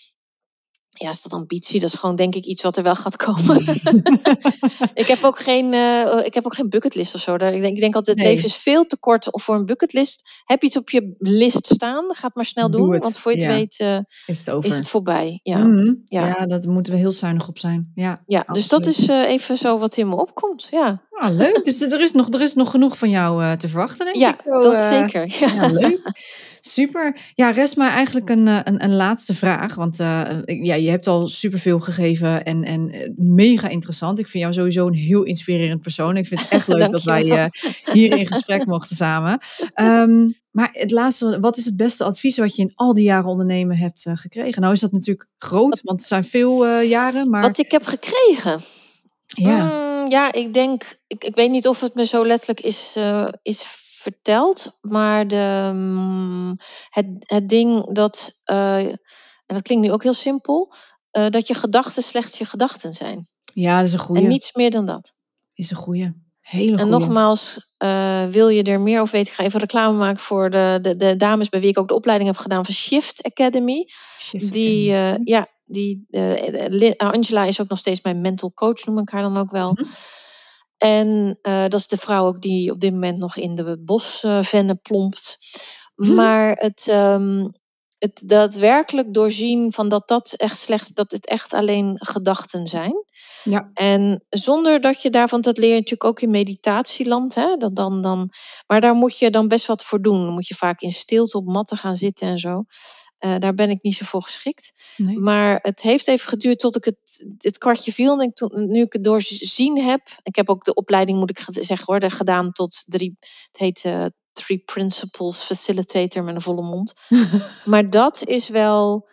Speaker 2: ja, is dat ambitie? Dat is gewoon denk ik iets wat er wel gaat komen. ik, heb ook geen, uh, ik heb ook geen bucketlist of zo. Ik denk, ik denk altijd, het nee. leven is veel te kort voor een bucketlist. Heb je iets op je list staan? Ga het maar snel
Speaker 1: Doe
Speaker 2: doen.
Speaker 1: Het.
Speaker 2: Want voor je het ja. weet uh,
Speaker 1: is, het over.
Speaker 2: is het voorbij. Ja.
Speaker 1: Mm-hmm.
Speaker 2: Ja.
Speaker 1: ja, daar moeten we heel zuinig op zijn. Ja,
Speaker 2: ja dus dat is uh, even zo wat in me opkomt. Ja.
Speaker 1: Ah, leuk. Dus er is nog, er is nog genoeg van jou uh, te verwachten, denk
Speaker 2: ja,
Speaker 1: ik. Zo,
Speaker 2: dat
Speaker 1: uh,
Speaker 2: zeker. Ja.
Speaker 1: Ja, leuk. Super. Ja, rest maar eigenlijk een, een, een laatste vraag. Want uh, ja, je hebt al superveel gegeven en, en mega interessant. Ik vind jou sowieso een heel inspirerend persoon. Ik vind het echt leuk dat wij uh, hier in gesprek mochten samen. Um, maar het laatste, wat is het beste advies wat je in al die jaren ondernemen hebt uh, gekregen? Nou is dat natuurlijk groot, want het zijn veel uh, jaren. Maar...
Speaker 2: Wat ik heb gekregen?
Speaker 1: Ja.
Speaker 2: Mm, ja, ik denk, ik, ik weet niet of het me zo letterlijk is, uh, is verteld, maar de, um, het, het ding dat, uh, en dat klinkt nu ook heel simpel, uh, dat je gedachten slechts je gedachten zijn.
Speaker 1: Ja, dat is een goeie.
Speaker 2: En niets meer dan dat.
Speaker 1: Is een goeie. Hele goeie.
Speaker 2: En nogmaals, uh, wil je er meer over weten, ik ga even reclame maken voor de, de, de dames bij wie ik ook de opleiding heb gedaan van Shift Academy.
Speaker 1: Shift
Speaker 2: die,
Speaker 1: Academy.
Speaker 2: Uh, ja, die, uh, Angela is ook nog steeds mijn mental coach, noem ik haar dan ook wel. Mm-hmm. En uh, dat is de vrouw ook die op dit moment nog in de bosvennen uh, plompt. Mm-hmm. Maar het, um, het daadwerkelijk doorzien van dat dat echt slechts, dat het echt alleen gedachten zijn.
Speaker 1: Ja.
Speaker 2: En zonder dat je daarvan, dat leer je natuurlijk ook in meditatieland. Hè? Dat dan, dan, maar daar moet je dan best wat voor doen. Dan moet je vaak in stilte op matten gaan zitten en zo. Uh, daar ben ik niet zo voor geschikt.
Speaker 1: Nee.
Speaker 2: Maar het heeft even geduurd tot ik het, het kwartje viel. En ik, toen, nu ik het doorzien heb. Ik heb ook de opleiding, moet ik zeggen hoor, gedaan tot drie. Het heet uh, Three Principles Facilitator met een volle mond. Maar dat is wel...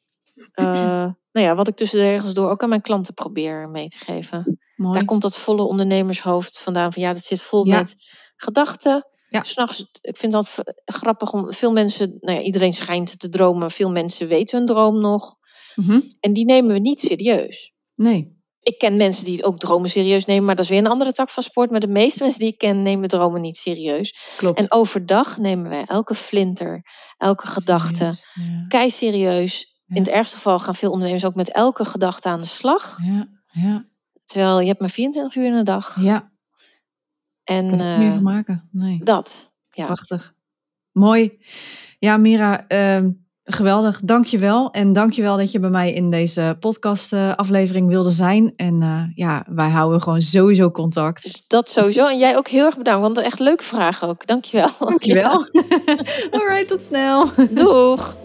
Speaker 2: Uh, nou ja, wat ik tussen de regels door ook aan mijn klanten probeer mee te geven.
Speaker 1: Mooi.
Speaker 2: Daar komt dat volle ondernemershoofd vandaan. Van ja, dat zit vol
Speaker 1: ja.
Speaker 2: met gedachten.
Speaker 1: Ja.
Speaker 2: 'S Nachts, ik vind dat grappig om veel mensen, nou ja, iedereen schijnt te dromen. Veel mensen weten hun droom nog.
Speaker 1: Mm-hmm.
Speaker 2: En die nemen we niet serieus.
Speaker 1: Nee.
Speaker 2: ik ken mensen die ook dromen serieus nemen, maar dat is weer een andere tak van sport. Maar de meeste mensen die ik ken nemen dromen niet serieus.
Speaker 1: Klopt.
Speaker 2: En overdag nemen wij elke flinter, elke gedachte
Speaker 1: Ja.
Speaker 2: kei serieus.
Speaker 1: Ja.
Speaker 2: In het ergste geval gaan veel ondernemers ook met elke gedachte aan de slag.
Speaker 1: Ja, ja.
Speaker 2: Terwijl je hebt maar vierentwintig uur in een dag.
Speaker 1: Ja.
Speaker 2: En
Speaker 1: Kan er niet meer van maken. Nee.
Speaker 2: Dat. Ja.
Speaker 1: Prachtig. Mooi. Ja, Mira, uh, geweldig. Dank je wel. En dank je wel dat je bij mij in deze podcast uh, aflevering wilde zijn. En uh, ja, wij houden gewoon sowieso contact.
Speaker 2: Dus dat sowieso. En jij ook heel erg bedankt. Want echt leuke vragen ook. Dank je wel.
Speaker 1: Dank je wel. Ja. Alright, tot snel.
Speaker 2: Doeg.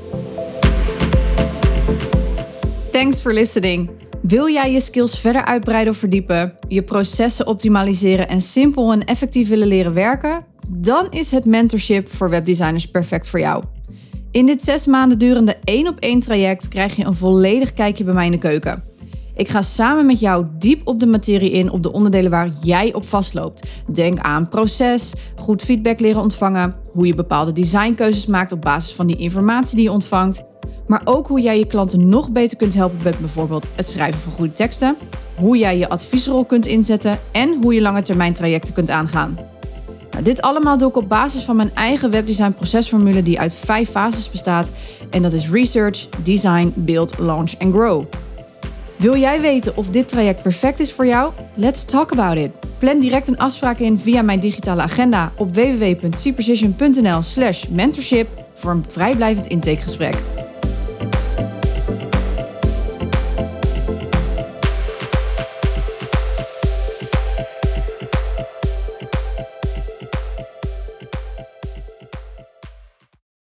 Speaker 1: Thanks for listening. Wil jij je skills verder uitbreiden of verdiepen, je processen optimaliseren en simpel en effectief willen leren werken? Dan is het mentorship voor webdesigners perfect voor jou. In dit zes maanden durende één op één traject krijg je een volledig kijkje bij mij in de keuken. Ik ga samen met jou diep op de materie in op de onderdelen waar jij op vastloopt. Denk aan proces, goed feedback leren ontvangen, hoe je bepaalde designkeuzes maakt op basis van die informatie die je ontvangt. Maar ook hoe jij je klanten nog beter kunt helpen met bijvoorbeeld het schrijven van goede teksten, hoe jij je adviesrol kunt inzetten en hoe je lange termijn trajecten kunt aangaan. Nou, dit allemaal doe ik op basis van mijn eigen webdesign procesformule die uit vijf fases bestaat. En dat is research, design, build, launch en grow. Wil jij weten of dit traject perfect is voor jou? Let's talk about it. Plan direct een afspraak in via mijn digitale agenda op w w w punt c precision punt n l slash mentorship voor een vrijblijvend intakegesprek.